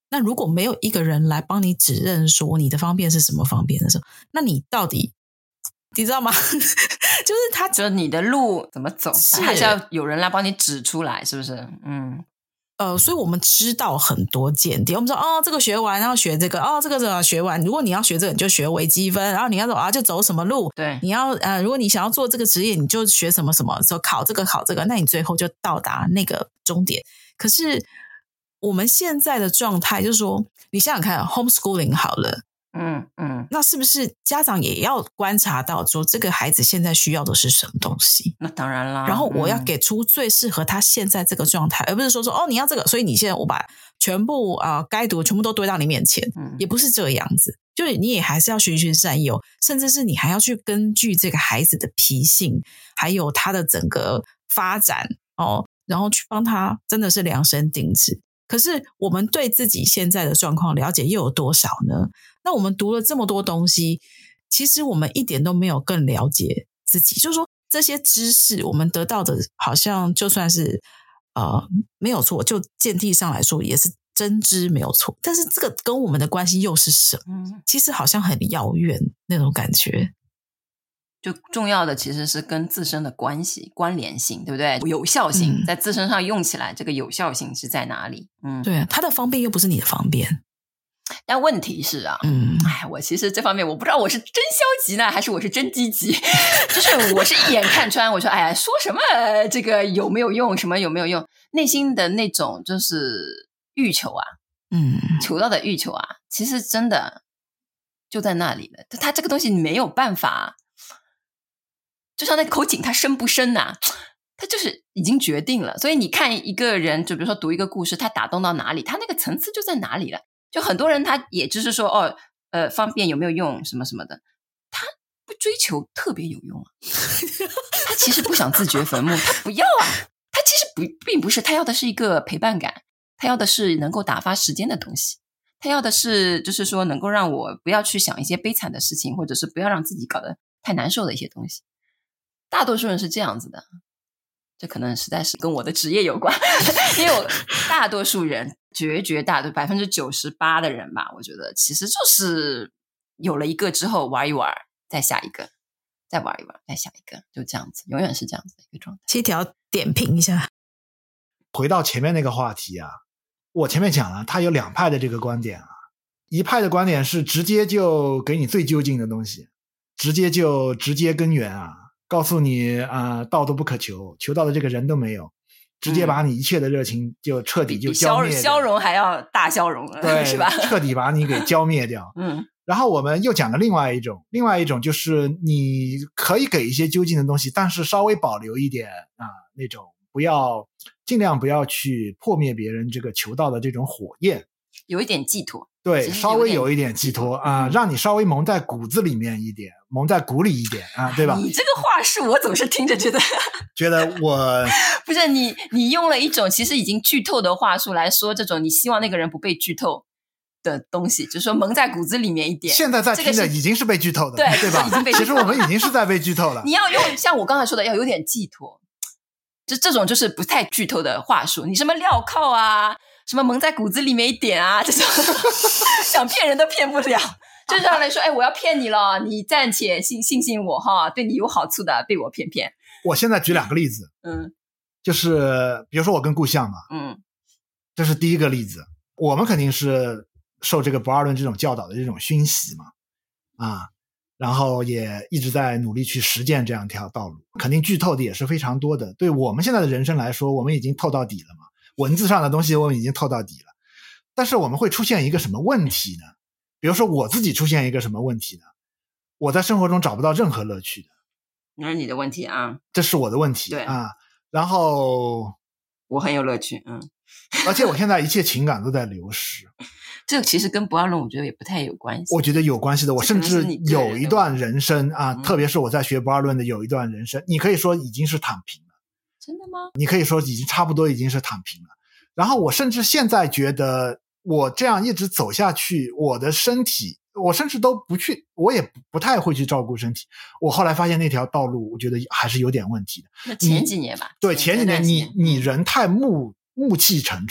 S1: 那如果没有一个人来帮你指认说你的方便是什么方便的时候，那你到底你知道吗？就是他
S3: 就是你的路怎么走，还是要有人来帮你指出来，是不是？嗯。
S1: 呃，所以我们知道很多间谍，我们说哦，这个学完要学这个，哦，这个这个学完，如果你要学这个，你就学微积分，然后你要走啊，就走什么路？
S3: 对，
S1: 你要呃，如果你想要做这个职业，你就学什么什么，就考这个考这个，那你最后就到达那个终点。可是我们现在的状态就是说，你想想看 ，homeschooling 好了。
S3: 嗯嗯，
S1: 那是不是家长也要观察到说这个孩子现在需要的是什么东西？
S3: 那当然啦。
S1: 然后我要给出最适合他现在这个状态，嗯、而不是说说哦你要这个，所以你现在我把全部啊、呃、该读的全部都堆到你面前，嗯，也不是这个样子。就是你也还是要循循善诱，甚至是你还要去根据这个孩子的脾性，还有他的整个发展哦，然后去帮他真的是量身定制。可是我们对自己现在的状况了解又有多少呢？那我们读了这么多东西，其实我们一点都没有更了解自己。就是说这些知识我们得到的好像就算是呃没有错，就见地上来说也是真知没有错，但是这个跟我们的关系又是什么？其实好像很遥远那种感觉。
S3: 就重要的其实是跟自身的关系关联性，对不对？有效性、嗯、在自身上用起来，这个有效性是在哪里？
S1: 嗯，对啊，它的方便又不是你的方便。
S3: 但问题是啊，嗯，哎，我其实这方面我不知道我是真消极呢，还是我是真积极。就是我是一眼看穿，我说哎呀，说什么这个有没有用，什么有没有用，内心的那种就是欲求啊，嗯，求到的欲求啊，其实真的就在那里了。他这个东西你没有办法。就像那口井它深不深啊，它就是已经决定了。所以你看一个人，就比如说读一个故事，他打动到哪里，他那个层次就在哪里了。就很多人他也就是说哦，呃，方便有没有用什么什么的，他不追求特别有用啊。他其实不想自掘坟墓，他不要啊。他其实不并不是，他要的是一个陪伴感，他要的是能够打发时间的东西，他要的是就是说能够让我不要去想一些悲惨的事情，或者是不要让自己搞得太难受的一些东西。大多数人是这样子的，这可能实在是跟我的职业有关。因为我大多数人绝绝大多百分之九十八的人吧，我觉得其实就是有了一个之后玩一玩，再下一个，再玩一玩，再下一个，就这样子，永远是这样子的一个状态。
S1: 七条点评一下。
S2: 回到前面那个话题啊，我前面讲了，他有两派的这个观点啊，一派的观点是直接就给你最究竟的东西，直接就直接根源啊。告诉你啊、呃，道都不可求，求到的这个人都没有，直接把你一切的热情就彻底就浇灭掉，
S3: 比消融还要大消融了，
S2: 对，
S3: 是吧？
S2: 彻底把你给浇灭掉。嗯，然后我们又讲了另外一种，另外一种就是你可以给一些究竟的东西，但是稍微保留一点啊、呃，那种不要尽量不要去破灭别人这个求道的这种火焰，
S3: 有一点寄托。
S2: 对，稍微有一点寄托啊、呃，让你稍微蒙在骨子里面一点，蒙在骨里一点啊，对吧？
S3: 你这个话术我总是听着觉得
S2: 觉得我
S3: 不是你，你用了一种其实已经剧透的话术来说这种你希望那个人不被剧透的东西，就是说蒙在骨子里面一点。
S2: 现在在听的已经是被剧透的，
S3: 对
S2: 对吧？
S3: 已经被剧透了，
S2: 其实我们已经是在被剧透了。
S3: 你要用像我刚才说的，要有点寄托，就这种就是不太剧透的话术。你什么镣铐啊？什么蒙在骨子里面一点啊，这种想骗人都骗不了。就是让来说，哎，我要骗你了，你暂且信信信我哈，对你有好处的，被我骗骗。
S2: 我现在举两个例子，嗯，就是比如说我跟顾相嘛，嗯，这是第一个例子。我们肯定是受这个不二论这种教导的这种熏习嘛，啊，然后也一直在努力去实践这样一条道路，肯定剧透的也是非常多的。对我们现在的人生来说，我们已经透到底了嘛。文字上的东西我们已经透到底了，但是我们会出现一个什么问题呢？比如说我自己出现一个什么问题呢？我在生活中找不到任何乐趣的。
S3: 那是你的问题啊，
S2: 这是我的问题，对啊。然后
S3: 我很有乐趣，嗯，
S2: 而且我现在一切情感都在流失。
S3: 这个其实跟不二论我觉得也不太有关系。
S2: 我觉得有关系的，我甚至有一段人生啊、嗯，特别是我在学不二论的有一段人生，你可以说已经是躺平了。
S3: 真的吗？
S2: 你可以说已经差不多已经是躺平了。然后我甚至现在觉得我这样一直走下去，我的身体我甚至都不去，我也不太会去照顾身体。我后来发现那条道路我觉得还是有点问题的。
S3: 那前几年吧。
S2: 对，前几年你你人太暮暮气沉沉了，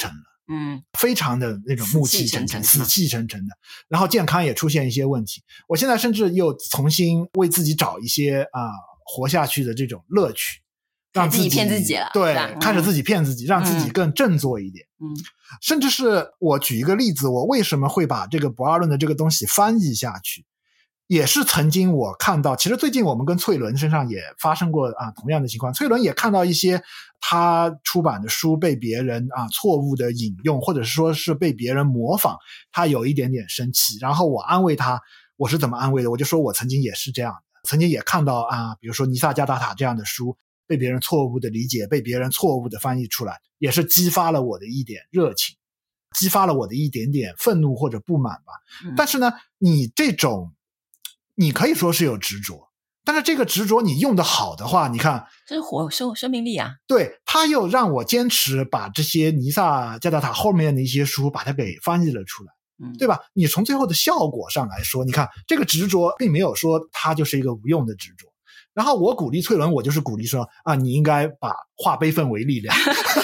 S3: 嗯，
S2: 非常的那种暮气沉沉、死气沉沉的，然后健康也出现一些问题。我现在甚至又重新为自己找一些啊、呃、活下去的这种乐趣，让自己
S3: 骗自己了，
S2: 对，
S3: 嗯、
S2: 开始自己骗自己，让自己更振作一点。
S3: 嗯，
S2: 甚至是我举一个例子，我为什么会把这个不二论的这个东西翻译下去？也是曾经我看到，其实最近我们跟翠伦身上也发生过啊同样的情况。翠伦也看到一些他出版的书被别人啊错误的引用，或者说是被别人模仿，他有一点点生气。然后我安慰他，我是怎么安慰的？我就说我曾经也是这样的，曾经也看到啊，比如说尼萨加达塔这样的书被别人错误的理解，被别人错误的翻译出来，也是激发了我的一点热情，激发了我的一点点愤怒或者不满吧。嗯、但是呢，你这种你可以说是有执着，但是这个执着你用得好的话，你看
S3: 这是活生生命力啊。
S2: 对，他又让我坚持把这些尼萨加达塔后面的一些书把它给翻译了出来，嗯，对吧？你从最后的效果上来说，你看这个执着并没有说它就是一个无用的执着。然后我鼓励翠伦，我就是鼓励说啊，你应该把化悲愤为力量。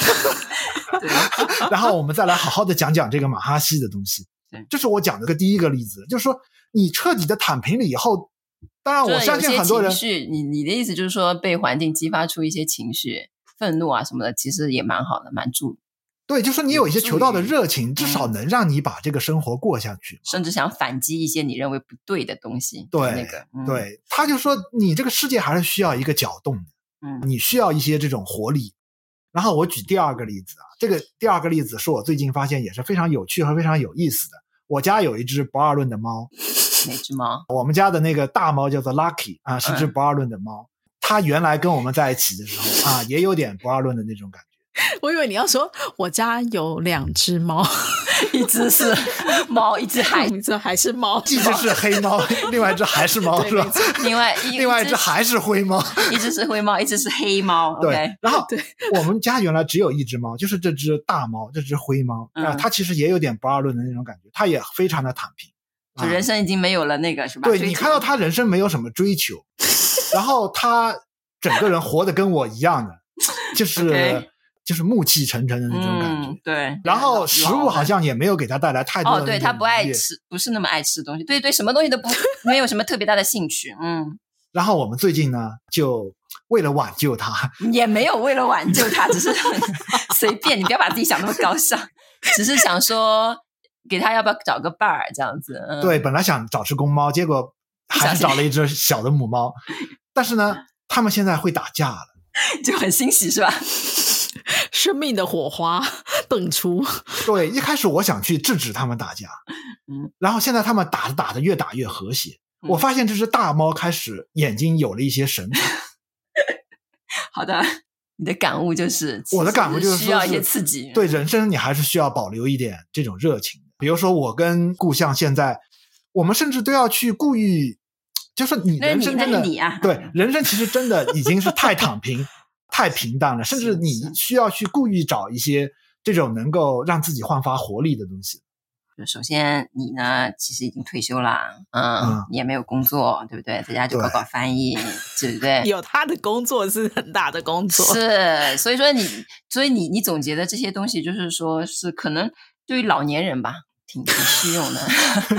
S2: 然后我们再来好好的讲讲这个马哈希的东西。这是我讲的个第一个例子，就是说你彻底的躺平了以后，当然我相信很多人，
S3: 你你的意思就是说被环境激发出一些情绪，愤怒啊什么的，其实也蛮好的，蛮助。
S2: 对，就是说你有一些求道的热情，至少能让你把这个生活过下去，
S3: 甚至想反击一些你认为不对的东西。
S2: 对，
S3: 那个、嗯、
S2: 对，他就说你这个世界还是需要一个搅动的，嗯，你需要一些这种活力。然后我举第二个例子啊，这个第二个例子是我最近发现也是非常有趣和非常有意思的。我家有一只不二论的猫。
S3: 哪只猫？
S2: 我们家的那个大猫叫做 Lucky 啊，是只不二论的猫。嗯、它原来跟我们在一起的时候啊，也有点不二论的那种感觉。
S1: 我以为你要说我家有两只猫，
S3: 一只是猫，一只还
S1: 一只还是猫，
S2: 一只是黑猫，另外一只还是猫，是吧？
S3: 另外
S2: 另外一只还是灰猫，
S3: 一只是灰猫，一只是黑猫。
S2: 对，
S3: okay
S2: 然后我们家原来只有一只猫，就是这只大猫，这只灰猫、嗯、啊，它其实也有点不二论的那种感觉，它也非常的躺平。
S3: 就人生已经没有了那个、啊、是吧？
S2: 对，你看到他人生没有什么追求，然后他整个人活得跟我一样的，就是、okay. 就是暮气沉沉的那种感觉。
S3: 嗯、对。
S2: 然后食物好像也没有给他带来太多的。
S3: 哦，对，他不爱吃，不是那么爱吃东西。对对，什么东西都不没有什么特别大的兴趣。嗯。
S2: 然后我们最近呢，就为了挽救他，
S3: 也没有为了挽救他，只是随便，你不要把自己想那么高尚，只是想说。给他要不要找个伴儿这样子、嗯、
S2: 对，本来想找只公猫，结果还是找了一只小的母猫。但是呢他们现在会打架了，
S3: 就很欣喜是吧？
S1: 生命的火花迸出。
S2: 对，一开始我想去制止他们打架，嗯，然后现在他们打着打着越打越和谐、嗯、我发现这只大猫开始眼睛有了一些神采。
S3: 好的，你的感悟就是
S2: 我的感悟就是
S3: 需要一些刺激，
S2: 对人生你还是需要保留一点这种热情。比如说我跟顾相现在我们甚至都要去故意，就是你人生真的
S3: 你、啊、
S2: 对人生其实真的已经是太躺平太平淡了，甚至你需要去故意找一些这种能够让自己焕发活力的东西。
S3: 首先你呢其实已经退休了， 嗯, 嗯你也没有工作对不对，在家就搞搞翻译， 对, 对不对？
S1: 有他的工作是很大的工作，
S3: 是，所以说你所以你你总结的这些东西就是说是可能对于老年人吧挺挺适用的。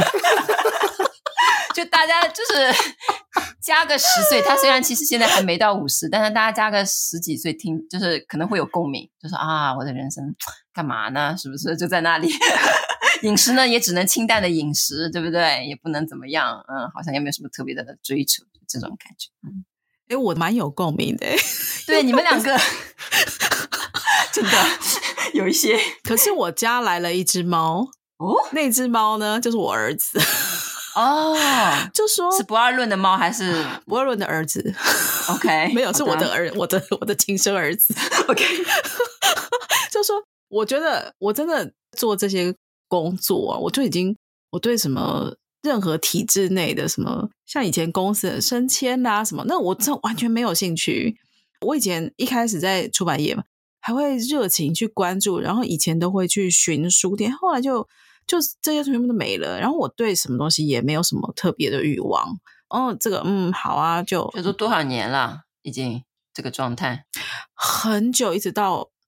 S3: 就大家就是加个十岁，他虽然其实现在还没到五十，但是大家加个十几岁听就是可能会有共鸣，就是啊我的人生干嘛呢，是不是就在那里。饮食呢也只能清淡的饮食对不对，也不能怎么样，嗯，好像也没有什么特别的追求，这种感觉。嗯，
S1: 诶我蛮有共鸣的。
S3: 对，你们两个真的有一些。
S1: 可是我家来了一只猫哦，那只猫呢就是我儿子。
S3: 哦，
S1: 就说
S3: 是不二论的猫还是
S1: 不二论的儿子。
S3: OK
S1: 没有，是我的儿我的我的亲生儿子。
S3: OK
S1: 就说我觉得我真的做这些工作、啊、我就已经我对什么任何体制内的什么像以前公司的升迁啊什么，那我真完全没有兴趣。我以前一开始在出版业嘛，还会热情去关注，然后以前都会去寻书店，后来就就这些全部都没了，然后我对什么东西也没有什么特别的欲望。哦，这个嗯好啊，就
S3: 就都多少年了已经这个状态？
S1: 很久，一直到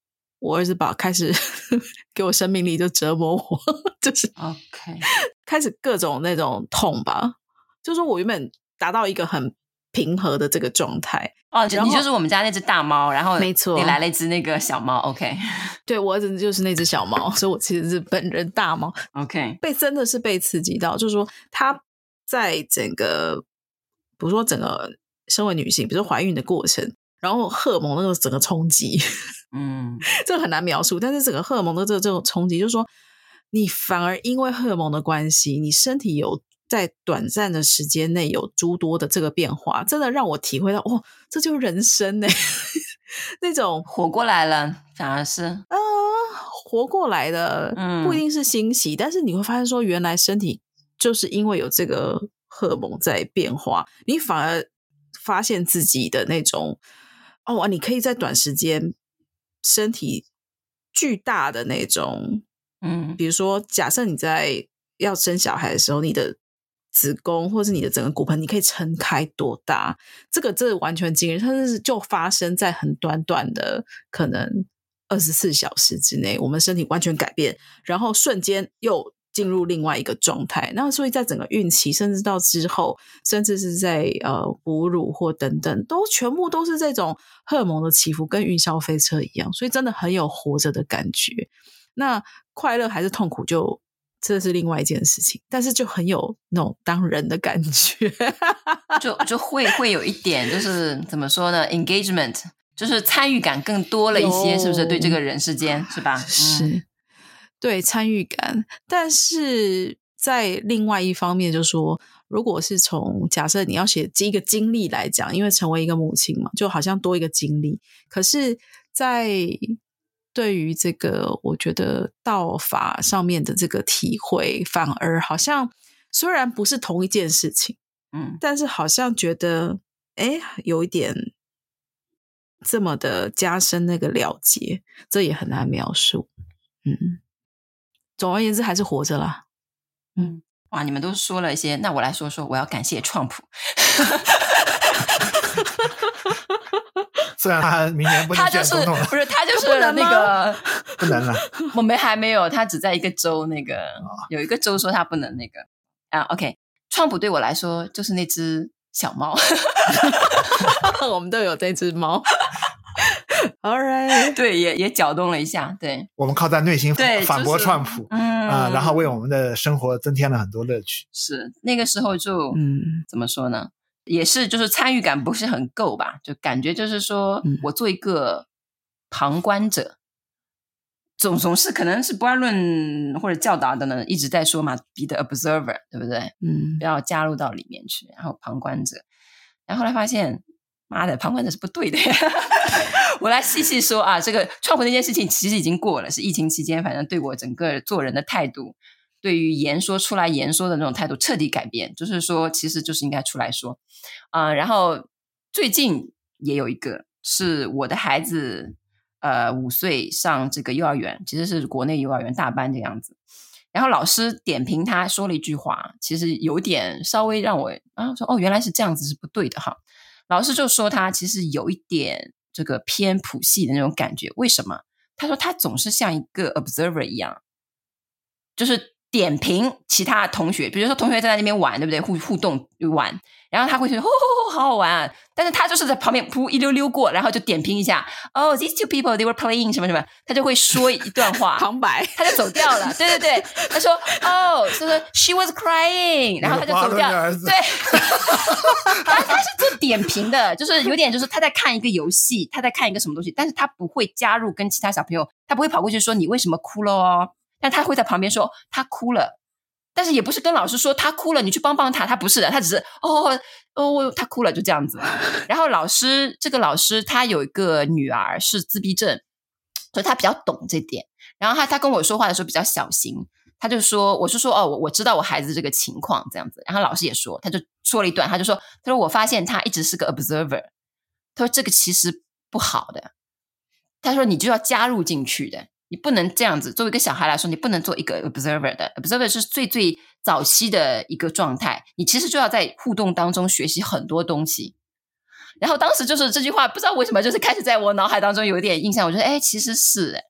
S1: 我儿子把开始给我生命力就折磨我，就是
S3: OK
S1: 开始各种那种痛吧，就是我原本达到一个很平和的这个状态
S3: 哦，你就是我们家那只大猫，然后
S1: 没错，
S3: 你来了一只那个小猫 OK
S1: 对，我儿子就是那只小猫，所以我其实是本人大猫
S3: OK
S1: 被真的是被刺激到，就是说他在整个比如说整个身为女性比如说怀孕的过程，然后荷尔蒙那个整个冲击
S3: 嗯，
S1: 这个很难描述，但是整个荷尔蒙的这个这种冲击就是说你反而因为荷尔蒙的关系，你身体有在短暂的时间内有诸多的这个变化，真的让我体会到哦，这就是人生耶那种
S3: 活过来了，反而是
S1: 呃，活过来的不一定是欣喜、嗯、但是你会发现说原来身体就是因为有这个荷尔蒙在变化，你反而发现自己的那种哦，你可以在短时间身体巨大的那种嗯，比如说假设你在要生小孩的时候，你的子宫或是你的整个骨盆你可以撑开多大，这个这完全惊人，它是就发生在很短短的可能二十四小时之内，我们身体完全改变，然后瞬间又进入另外一个状态。那所以在整个孕期甚至到之后，甚至是在呃哺乳或等等，都全部都是这种荷尔蒙的起伏，跟云霄飞车一样，所以真的很有活着的感觉。那快乐还是痛苦就这是另外一件事情，但是就很有那种当人的感觉
S3: 就就会会有一点就是怎么说呢 engagement 就是参与感更多了一些，是不是对这个人世间是吧？
S1: 是、
S3: 嗯、
S1: 对参与感，但是在另外一方面就是说，如果是从假设你要写一个经历来讲，因为成为一个母亲嘛，就好像多一个经历，可是在对于这个我觉得道法上面的这个体会，反而好像虽然不是同一件事情，嗯，但是好像觉得诶有一点这么的加深那个了解，这也很难描述。嗯，总而言之还是活着啦。
S3: 嗯，哇，你们都说了一些，那我来说说，我要感谢创普。
S2: 虽然他明年不能选总统了，
S3: 不是他就是那个
S2: 不能了，
S3: 我们还没有，他只在一个州那个、哦、有一个州说他不能那个啊。OK， 创普对我来说就是那只小猫，
S1: 我们都有这只猫。All right，
S3: 对，也也搅动了一下，对，
S2: 我们靠在内心
S3: 对
S2: 反驳川普，
S3: 就是、嗯、
S2: 呃，然后为我们的生活增添了很多乐趣。
S3: 是那个时候就嗯，怎么说呢？也是就是参与感不是很够吧，就感觉就是说、嗯、我做一个旁观者，总总是可能是博尔论或者教导的呢一直在说嘛 be the observer， 对不对？嗯，不要加入到里面去，然后旁观者，然后后来发现妈的旁观者是不对的我来细细说啊，这个创普那件事情其实已经过了，是疫情期间反正对我整个做人的态度，对于言说出来言说的那种态度彻底改变，就是说其实就是应该出来说啊、呃。然后最近也有一个是我的孩子呃五岁上这个幼儿园，其实是国内幼儿园大班的样子，然后老师点评他说了一句话，其实有点稍微让我啊说哦原来是这样子是不对的哈。老师就说他其实有一点这个偏谱系的那种感觉，为什么？他说他总是像一个 observer 一样，就是点评其他同学，比如说同学在那边玩，对不对？互互动玩，然后他会觉得哦好好玩啊，但是他就是在旁边噗一溜溜过，然后就点评一下哦 these two people they were playing 什么什么，他就会说一段话
S1: 旁白，
S3: 他就走掉了。对对对，他说哦就是 she was crying， 然后他就走掉了。对他, 他是做点评的，就是有点就是他在看一个游戏，他在看一个什么东西，但是他不会加入跟其他小朋友，他不会跑过去说你为什么哭了哦，但他会在旁边说他哭了，但是也不是跟老师说他哭了你去帮帮他，他不是的，他只是哦哦他哭了就这样子。然后老师这个老师他有一个女儿是自闭症，所以他比较懂这点，然后他他跟我说话的时候比较小心，他就说我是说哦我我知道我孩子这个情况这样子，然后老师也说，他就说了一段，他就说他说我发现他一直是个 observer， 他说这个其实不好的，他说你就要加入进去的，你不能这样子，作为一个小孩来说你不能做一个 observer 的， observer 是最最早期的一个状态，你其实就要在互动当中学习很多东西。然后当时就是这句话不知道为什么就是开始在我脑海当中有一点印象，我觉得哎其实是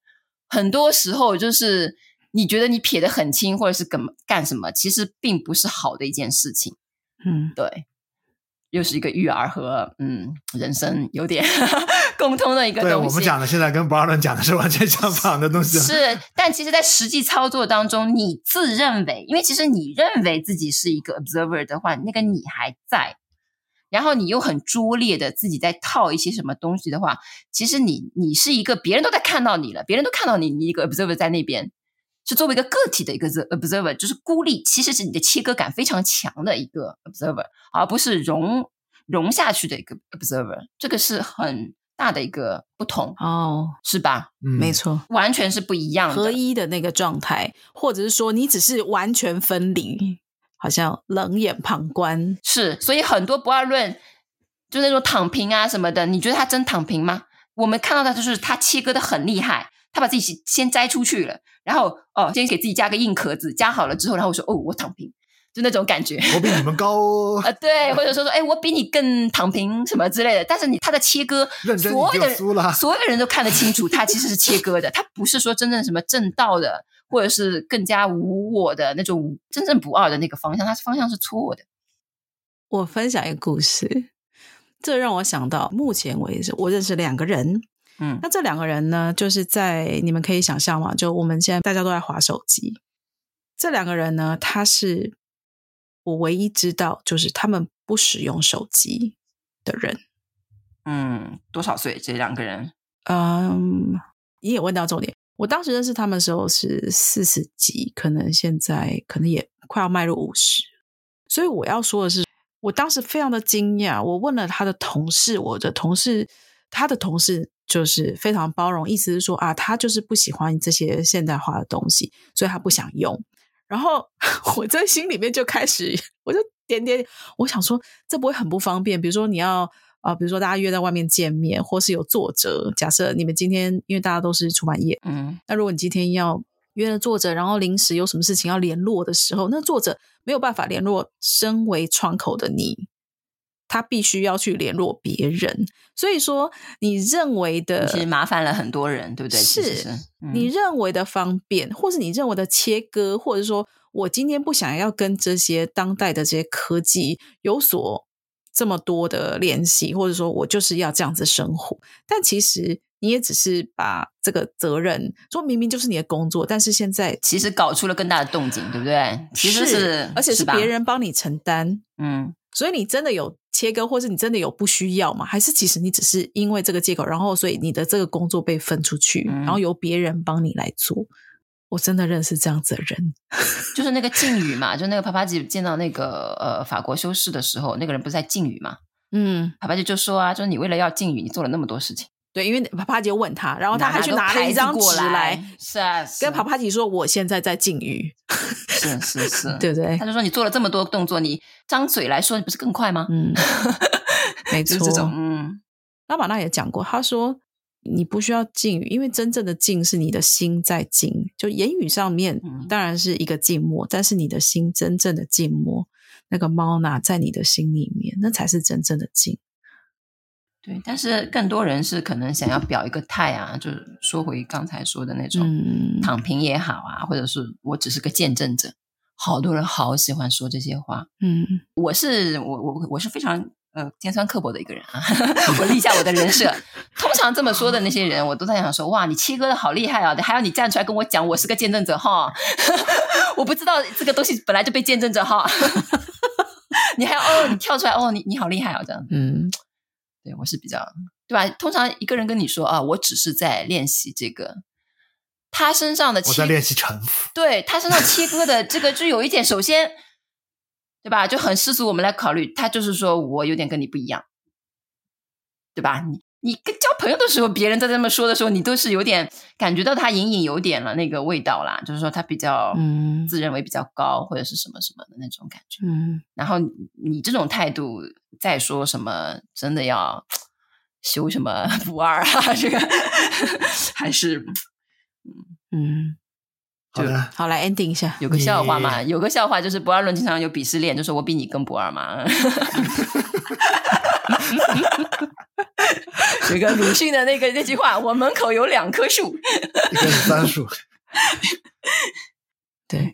S3: 很多时候就是你觉得你撇得很清，或者是干干什么，其实并不是好的一件事情。
S1: 嗯，
S3: 对，又是一个育儿和嗯人生有点共通的一个东西。
S2: 对，我们讲的现在跟博尔顿讲的是完全相反的东西。
S3: 是，但其实在实际操作当中，你自认为，因为其实你认为自己是一个 observer 的话，那个你还在，然后你又很拙劣的自己在套一些什么东西的话，其实你你是一个别人都在看到你了，别人都看到你，你一个 observer 在那边是作为一个个体的一个 observer， 就是孤立，其实是你的切割感非常强的一个 observer， 而不是融融下去的一个 observer， 这个是很大的一个不同
S1: 哦，
S3: 是吧？
S1: 嗯，没错，
S3: 完全是不一样的，
S1: 合一的那个状态，或者是说你只是完全分离，好像冷眼旁观。
S3: 是，所以很多不二论就那种躺平啊什么的，你觉得他真躺平吗？我们看到的就是他切割的很厉害，他把自己先摘出去了，然后哦，先给自己加个硬壳子，加好了之后，然后我说哦，我躺平，就那种感觉。
S2: 我比你们高哦。
S3: 呃，对，或者说说，哎，我比你更躺平什么之类的。但是你他的切割，
S2: 认真
S3: 所有的
S2: 你就输了，
S3: 所有的人都看得清楚，他其实是切割的，他不是说真正什么正道的，或者是更加无我的那种真正不二的那个方向，他方向是错的。
S1: 我分享一个故事，这让我想到目前为止我认识两个人。嗯，那这两个人呢，就是在你们可以想象嘛，就我们现在大家都在滑手机。这两个人呢，他是我唯一知道就是他们不使用手机的人。
S3: 嗯，多少岁这两个人？
S1: 嗯，你也问到重点。我当时认识他们的时候是四十几，可能现在可能也快要迈入五十。所以我要说的是，我当时非常的惊讶。我问了他的同事，我的同事，他的同事就是非常包容，意思是说啊，他就是不喜欢这些现代化的东西，所以他不想用。然后我在心里面就开始，我就点点，我想说这不会很不方便？比如说你要啊、呃，比如说大家约在外面见面，或是有作者，假设你们今天因为大家都是出版业，嗯，那如果你今天要约了作者，然后临时有什么事情要联络的时候，那作者没有办法联络身为窗口的你，他必须要去联络别人。所以说你认为的
S3: 其实麻烦了很多人，对不对？
S1: 是，
S3: 是、嗯、
S1: 你认为的方便，或是你认为的切割，或者说我今天不想要跟这些当代的这些科技有所这么多的联系，或者说我就是要这样子生活，但其实你也只是把这个责任说明明就是你的工作，但是现在
S3: 其实搞出了更大的动静，对不对？其实 是,
S1: 是而且是别人帮你承担。嗯，所以你真的有切割，或是你真的有不需要吗？还是其实你只是因为这个借口，然后所以你的这个工作被分出去，嗯、然后由别人帮你来做？我真的认识这样子的人，
S3: 就是那个靖宇嘛，就那个帕帕吉见到那个呃法国修士的时候，那个人不是在靖宇嘛？嗯，帕帕吉就说啊，就是你为了要靖宇，你做了那么多事情。
S1: 对，因为帕帕吉问他，然后他还去拿了一张纸来，
S3: 是啊，是
S1: 跟帕帕吉说我现在在靖宇，
S3: 是是是，
S1: 对不对？
S3: 他就说你做了这么多动作，你张嘴来说，你不是更快吗？嗯，
S1: 没错，
S3: 就是这种嗯，
S1: 拉玛那也讲过，他说。你不需要静语，因为真正的静是你的心在静，就言语上面当然是一个静默、嗯、但是你的心真正的静默，那个猫呢在你的心里面，那才是真正的静。
S3: 对，但是更多人是可能想要表一个态啊，就是说回刚才说的那种、嗯、躺平也好啊，或者是我只是个见证者，好多人好喜欢说这些话。嗯，我是我我我是非常呃尖酸刻薄的一个人啊，我立下我的人设。通常这么说的那些人，我都在想说，哇，你切割的好厉害啊！还要你站出来跟我讲，我是个见证者哈。我不知道这个东西本来就被见证者哈。你还要哦，你跳出来哦，你你好厉害啊，这样。嗯，对我是比较对吧？通常一个人跟你说啊，我只是在练习这个，他身上的切
S2: 我在练习臣服，
S3: 对他身上切割的这个就有一点，首先对吧，就很世俗，我们来考虑，他就是说我有点跟你不一样，对吧？你你跟交朋友的时候，别人在这么说的时候，你都是有点感觉到他隐隐有点了那个味道啦，就是说他比较嗯自认为比较高或者是什么什么的那种感觉。嗯，然后你这种态度再说什么真的要修什么不二啊，这个还是嗯
S2: 好的，
S1: 好来 ending 一下。
S3: 有个笑话嘛，有个笑话就是不二论经常有鄙视链，就是我比你更不二嘛。 有个鲁迅的那个那句话，我门口有两棵树，
S2: 一棵是杉树。
S3: 对，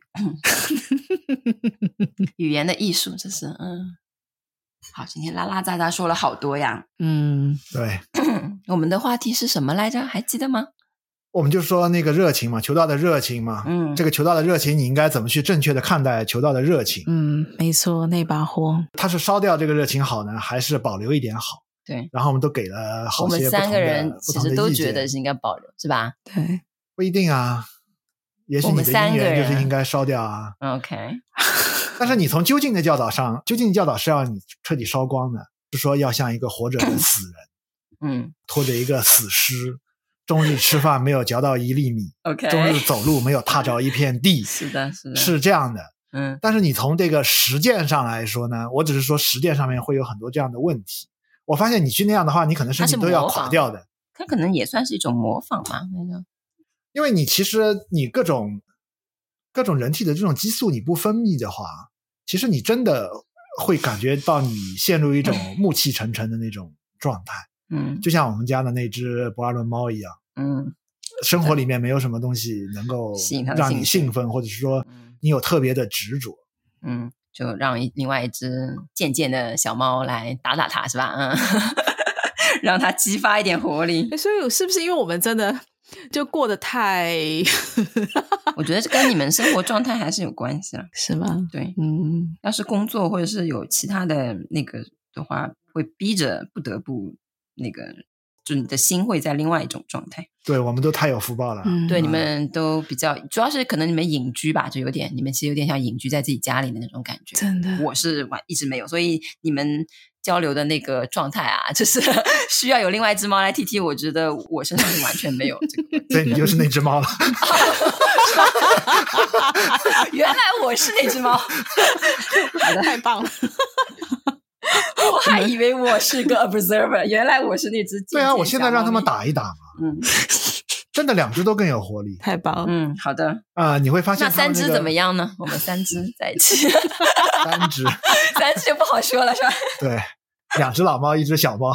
S3: 语言的艺术，这是嗯。好，今天拉拉杂杂说了好多呀。
S1: 嗯，
S2: 对。
S3: 我们的话题是什么来着？还记得吗？
S2: 我们就说那个热情嘛，求道的热情嘛。嗯，这个求道的热情，你应该怎么去正确的看待求道的热情？
S1: 嗯，没错，那把火，
S2: 它是烧掉这个热情好呢，还是保留一点好？
S3: 对。
S2: 然后我们都给了好些不同的
S3: 我们三个人其实都觉得是应该保留，是吧？
S1: 对，
S2: 不一定啊。也许你的姻缘就是应该烧掉啊。
S3: OK。
S2: 但是你从究竟的教导上，究竟的教导是要你彻底烧光的，是说要像一个活着的死人，
S3: 嗯，
S2: 拖着一个死尸，终日吃饭没有嚼到一粒米
S3: ，OK，
S2: 终日走路没有踏着一片地，
S3: 是的，是的，
S2: 是这样的。
S3: 嗯，
S2: 但是你从这个实践上来说呢，我只是说实践上面会有很多这样的问题。我发现你去那样的话，你可能身体都要垮掉的。
S3: 它可能也算是一种模仿嘛，那个，
S2: 因为你其实你各种各种人体的这种激素你不分泌的话，其实你真的会感觉到你陷入一种暮气沉沉的那种状态。
S3: 嗯，
S2: 就像我们家的那只博阿伦猫一样。
S3: 嗯，
S2: 生活里面没有什么东西能够让你兴奋，或者是说你有特别的执着。
S3: 嗯，就让一另外一只贱贱的小猫来打打它，是吧？嗯，让它激发一点活力。
S1: 所以是不是因为我们真的就过得太
S3: 我觉得跟你们生活状态还是有关系了。
S1: 是吗？
S3: 对，
S1: 嗯，
S3: 要是工作或者是有其他的那个的话，会逼着不得不那个，就你的心会在另外一种状态。
S2: 对，我们都太有福报了。
S3: 嗯，对，你们都比较，主要是可能你们隐居吧，就有点，你们其实有点像隐居在自己家里的那种感觉。
S1: 真的，
S3: 我是一直没有，所以你们交流的那个状态啊，就是需要有另外一只猫来踢踢，我觉得我身上是完全没有这个。
S2: 对，你就是那只猫了。
S3: 原来我是那只猫，好的，
S1: 太棒了。
S3: 我还以为我是个 observer， 原来我是那只。
S2: 对啊，我现在让他们打一打嘛。
S3: 嗯，
S2: 真的两只都更有活力。
S1: 太棒了。
S3: 嗯，好的。
S2: 啊、呃，你会发现、
S3: 那三只怎么样呢？我们三只在一起。
S2: 三只，
S3: 三只就不好说了，是吧？
S2: 对，两只老猫，一只小猫。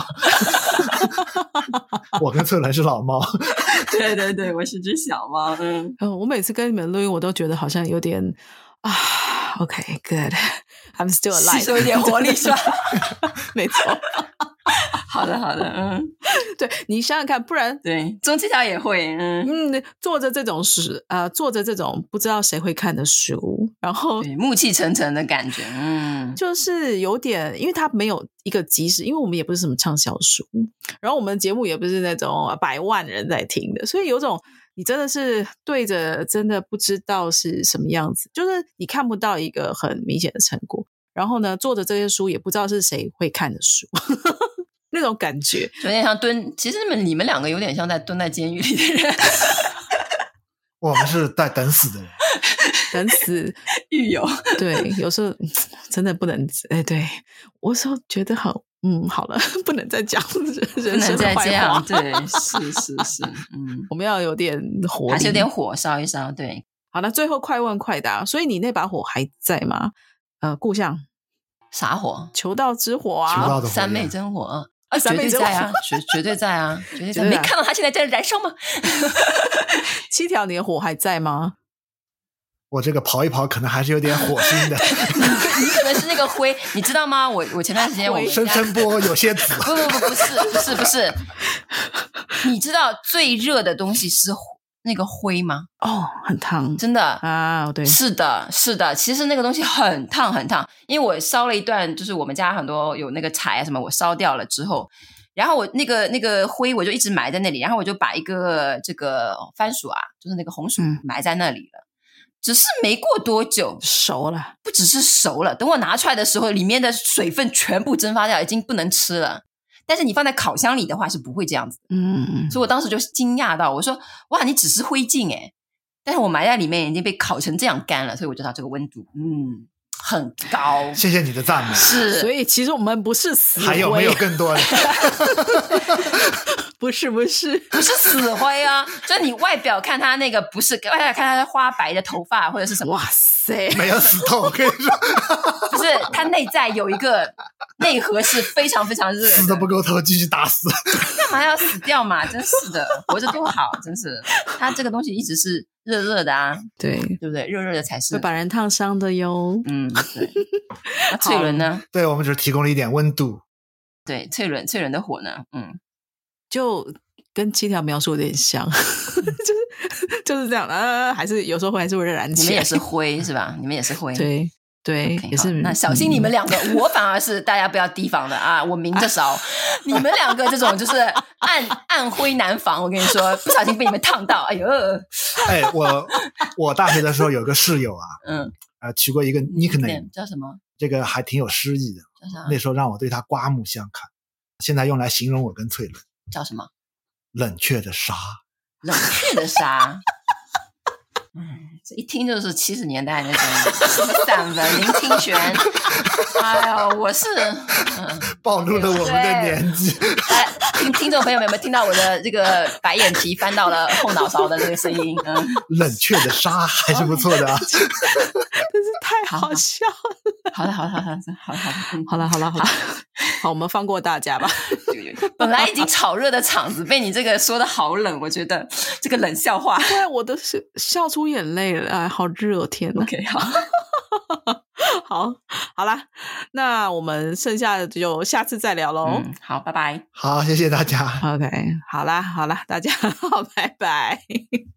S2: 我跟策伦是老猫。
S3: 对对对，我是只小猫。嗯，
S1: 呃，我每次跟你们录音，我都觉得好像有点啊 ，OK good。I'm still alive，
S3: 吸收一点活力是吧？
S1: 没错。
S3: 好的，好的，嗯，
S1: 对，你想想看，不然
S3: 对，中期条也会，嗯
S1: 嗯，做着这种事，呃，做着这种不知道谁会看的书，然后
S3: 对暮气沉沉的感觉，嗯，
S1: 就是有点，因为它没有一个即时，因为我们也不是什么畅销书，然后我们节目也不是那种百万人在听的，所以有种你真的是对着真的不知道是什么样子，就是你看不到一个很明显的成果，然后呢，做着这些书也不知道是谁会看的书。那种感觉
S3: 有点像蹲，其实你们你们两个有点像在蹲在监狱里的人。
S2: 我们是在等死的人。
S1: 等死
S3: 狱友。
S1: 对，有时候真的不能，哎，对，我有时候觉得好，嗯，好了，不能再讲人生的坏话。
S3: 对，是是是，嗯，
S1: 我们要有点火力，
S3: 还是有点火烧一烧。对，
S1: 好了，最后快问快答，所以你那把火还在吗？呃，故乡
S3: 啥火？
S1: 求道之火啊，
S2: 求道的火，
S3: 三昧真火。
S1: 啊，
S3: 绝对在啊，绝绝对在啊，绝对在。没看到他现在在燃烧吗？
S1: 七条，你的火还在吗？
S2: 我这个跑一跑，可能还是有点火星的。
S3: 你可能是那个灰，你知道吗？我我前段时间我
S2: 声声波有些紫。
S3: 不不不不是不是不是，你知道最热的东西是那个灰吗？
S1: 哦，很烫，
S3: 真的
S1: 啊，对，
S3: 是的，是的，其实那个东西很烫很烫，因为我烧了一段，就是我们家很多有那个柴啊什么，我烧掉了之后，然后我那个那个灰我就一直埋在那里，然后我就把一个这个番薯啊，就是那个红薯埋在那里了，嗯、只是没过多久
S1: 熟了，
S3: 不只是熟了，等我拿出来的时候，里面的水分全部蒸发掉，已经不能吃了。但是你放在烤箱里的话是不会这样子，
S1: 嗯，
S3: 所以我当时就惊讶到，我说哇，你只是灰烬诶，但是我埋在里面已经被烤成这样干了，所以我知道这个温度嗯很高。
S2: 谢谢你的赞美。
S3: 是，
S1: 所以其实我们不是死灰，
S2: 还有没有更多的？
S1: 不不是不是
S3: 不是死灰啊，就是你外表看他那个不是，外表看他花白的头发或者是什么，
S1: 哇塞，
S2: 没有死透，我跟你说，
S3: 不是他内在有一个内核是非常非常热的，
S2: 死的不够透，继续打死，
S3: 干嘛要死掉嘛？真是的，活着多好，真是。他这个东西一直是热热的啊，
S1: 对
S3: 对不对？热热的才是
S1: 会把人烫伤的哟。
S3: 嗯，对。那翠伦呢？
S2: 对，我们只是提供了一点温度。
S3: 对，翠伦，翠伦的火呢？嗯，
S1: 就跟七条描述有点像，就是就是这样啊，还是有时候会还是会燃起来。
S3: 你们也是灰是吧？你们也是灰，
S1: 对对，
S3: okay,
S1: 也是。
S3: 那小心你们两个，嗯、我反而是大家不要提防的啊！我明着烧，你们两个这种就是暗暗灰难防。我跟你说，不小心被你们烫到，哎呦！
S2: 哎，我我大学的时候有个室友啊，
S3: 嗯，
S2: 呃，取过一个 nickname，
S3: 叫什么？
S2: 这个还挺有诗意的。那时候让我对他刮目相看，现在用来形容我跟翠伦，
S3: 叫什么？
S2: 冷却的沙。
S3: 冷却的沙。嗯，这一听就是七十年代那种什么散文林清玄。哎呦，我是、嗯、
S2: 暴露了我们的年纪。
S3: 哎，听听众朋友们有没有听到我的这个白眼皮翻到了后脑勺的这个声音？嗯，
S2: 冷却的沙还是不错的啊。
S1: 真是太好笑了。
S3: 好了好了好了好了好了
S1: 好了好了好了，好，我们放过大家吧。
S3: 本来已经炒热的场子，被你这个说的好冷，我觉得这个冷笑话，
S1: 对，我都是笑出眼泪了，哎，好热，天哪
S3: ！OK， 好，
S1: 好，好啦，那我们剩下的就下次再聊喽。
S3: 嗯，好，拜拜。
S2: 好，谢谢大家。
S1: OK， 好啦，好啦，大家好，拜拜。